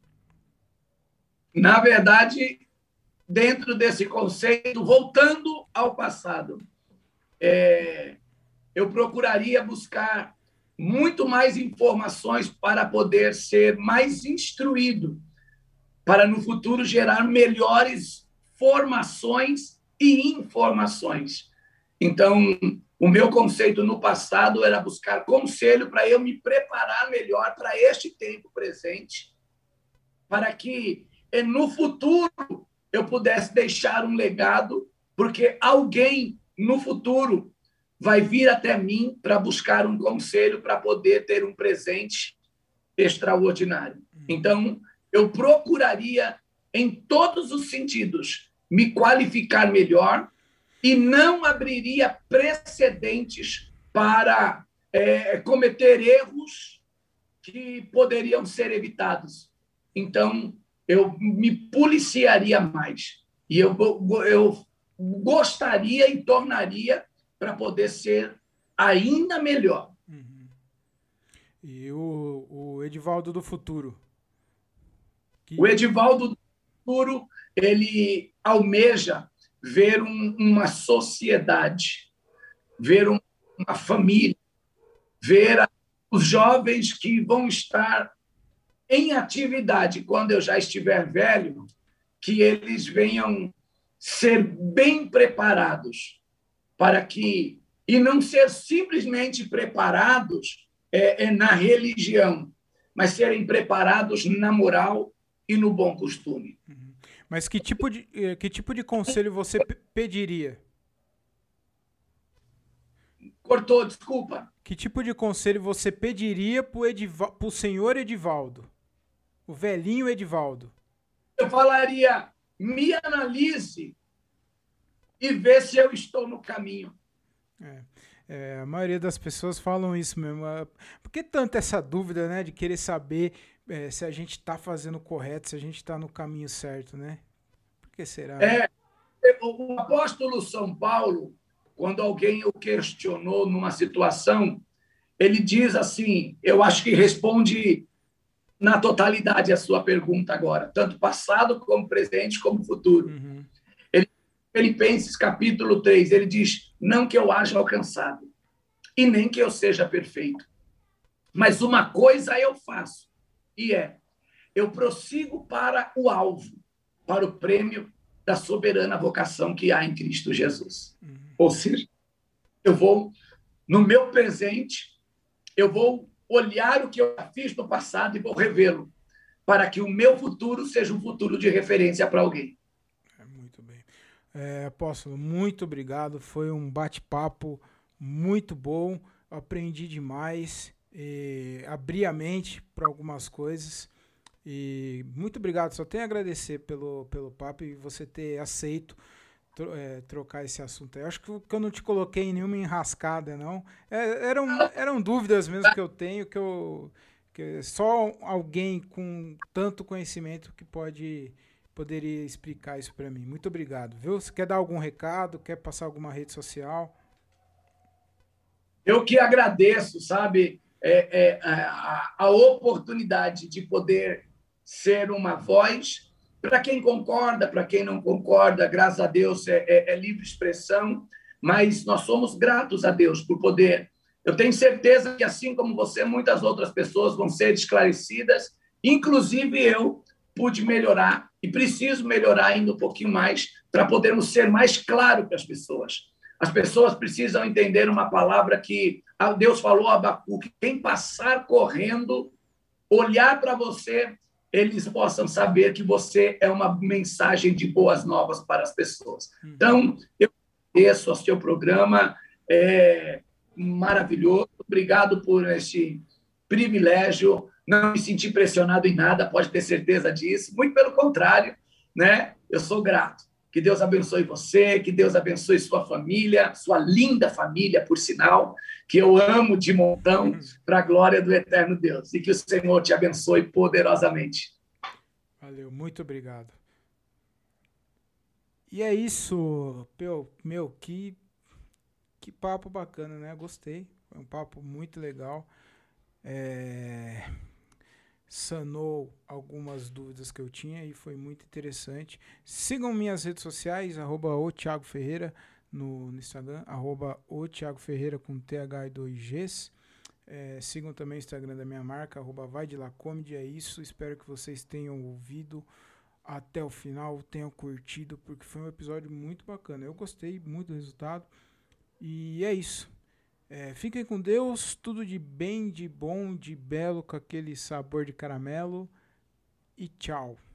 S2: Na verdade, dentro desse conceito, voltando ao passado, é, eu procuraria buscar muito mais informações para poder ser mais instruído, para no futuro gerar melhores formações e informações. Então, o meu conceito no passado era buscar conselho para eu me preparar melhor para este tempo presente, para que no futuro eu pudesse deixar um legado, porque alguém no futuro vai vir até mim para buscar um conselho para poder ter um presente extraordinário. Então, eu procuraria, em todos os sentidos, me qualificar melhor e não abriria precedentes para é, cometer erros que poderiam ser evitados. Então, eu me policiaria mais e eu, eu gostaria e tornaria para poder ser ainda melhor.
S1: Uhum. E o, o Edivaldo do futuro?
S2: O Edivaldo do futuro, ele almeja ver um, uma sociedade, ver um, uma família, ver a, os jovens que vão estar em atividade quando eu já estiver velho, que eles venham ser bem preparados para que, e não ser simplesmente preparados é, é, na religião, mas serem preparados na moral e no bom costume.
S1: Uhum. Mas que tipo de, que tipo de conselho você pediria?
S2: Cortou, desculpa.
S1: Que tipo de conselho você pediria para o senhor Edivaldo? O velhinho Edivaldo?
S2: Eu falaria, me analise e vê se eu estou no caminho.
S1: É, é, a maioria das pessoas falam isso mesmo. Por que tanta essa dúvida, né, de querer saber é, se a gente está fazendo o correto, se a gente está no caminho certo, né? Por que será?
S2: É, o apóstolo São Paulo, quando alguém o questionou numa situação, ele diz assim, eu acho que responde na totalidade a sua pergunta agora, tanto passado como presente como futuro.
S1: Uhum.
S2: Ele, Filipenses capítulo três, ele diz, não que eu haja alcançado, e nem que eu seja perfeito, mas uma coisa eu faço, e é, eu prossigo para o alvo, para o prêmio da soberana vocação que há em Cristo Jesus. Uhum. Ou seja, eu vou, no meu presente, eu vou olhar o que eu fiz no passado e vou revê-lo, para que o meu futuro seja um futuro de referência para alguém.
S1: É, muito bem. É, apóstolo, muito obrigado. Foi um bate-papo muito bom. Aprendi demais, e abri a mente para algumas coisas. E muito obrigado. Só tenho a agradecer pelo, pelo papo e você ter aceito tro, é, trocar esse assunto aí. Acho que eu não te coloquei em nenhuma enrascada, não. É, eram, eram dúvidas mesmo que eu tenho, que eu que só alguém com tanto conhecimento que pode poderia explicar isso para mim. Muito obrigado, viu? Você quer dar algum recado? Quer passar alguma rede social?
S2: Eu que agradeço, sabe, é, é, a, a oportunidade de poder ser uma voz para quem concorda, para quem não concorda, graças a Deus é, é, é livre expressão, mas nós somos gratos a Deus por poder. Eu tenho certeza que, assim como você, muitas outras pessoas vão ser esclarecidas, inclusive eu pude melhorar e preciso melhorar ainda um pouquinho mais para podermos ser mais claros para as pessoas. As pessoas precisam entender uma palavra que Deus falou a Abacuque, quem passar correndo, olhar para você, eles possam saber que você é uma mensagem de boas novas para as pessoas. Então, eu agradeço ao seu programa, é maravilhoso. Obrigado por este privilégio. Não me senti pressionado em nada, pode ter certeza disso. Muito pelo contrário, né? Eu sou grato. Que Deus abençoe você, que Deus abençoe sua família, sua linda família, por sinal, que eu amo de montão, para a glória do eterno Deus. E que o Senhor te abençoe poderosamente.
S1: Valeu, muito obrigado. E é isso, meu, meu que, que papo bacana, né? Gostei, foi um papo muito legal. É... sanou algumas dúvidas que eu tinha e foi muito interessante. Sigam minhas redes sociais, arroba o Thiago Ferreira no, no Instagram, arroba o Thiago Ferreira com T H e dois Gs. É, sigam também o Instagram da minha marca, arroba vai de lá comedy. É isso, espero que vocês tenham ouvido até o final, tenham curtido, porque foi um episódio muito bacana. Eu gostei muito do resultado e é isso. É, fiquem com Deus, tudo de bem, de bom, de belo, com aquele sabor de caramelo. E tchau.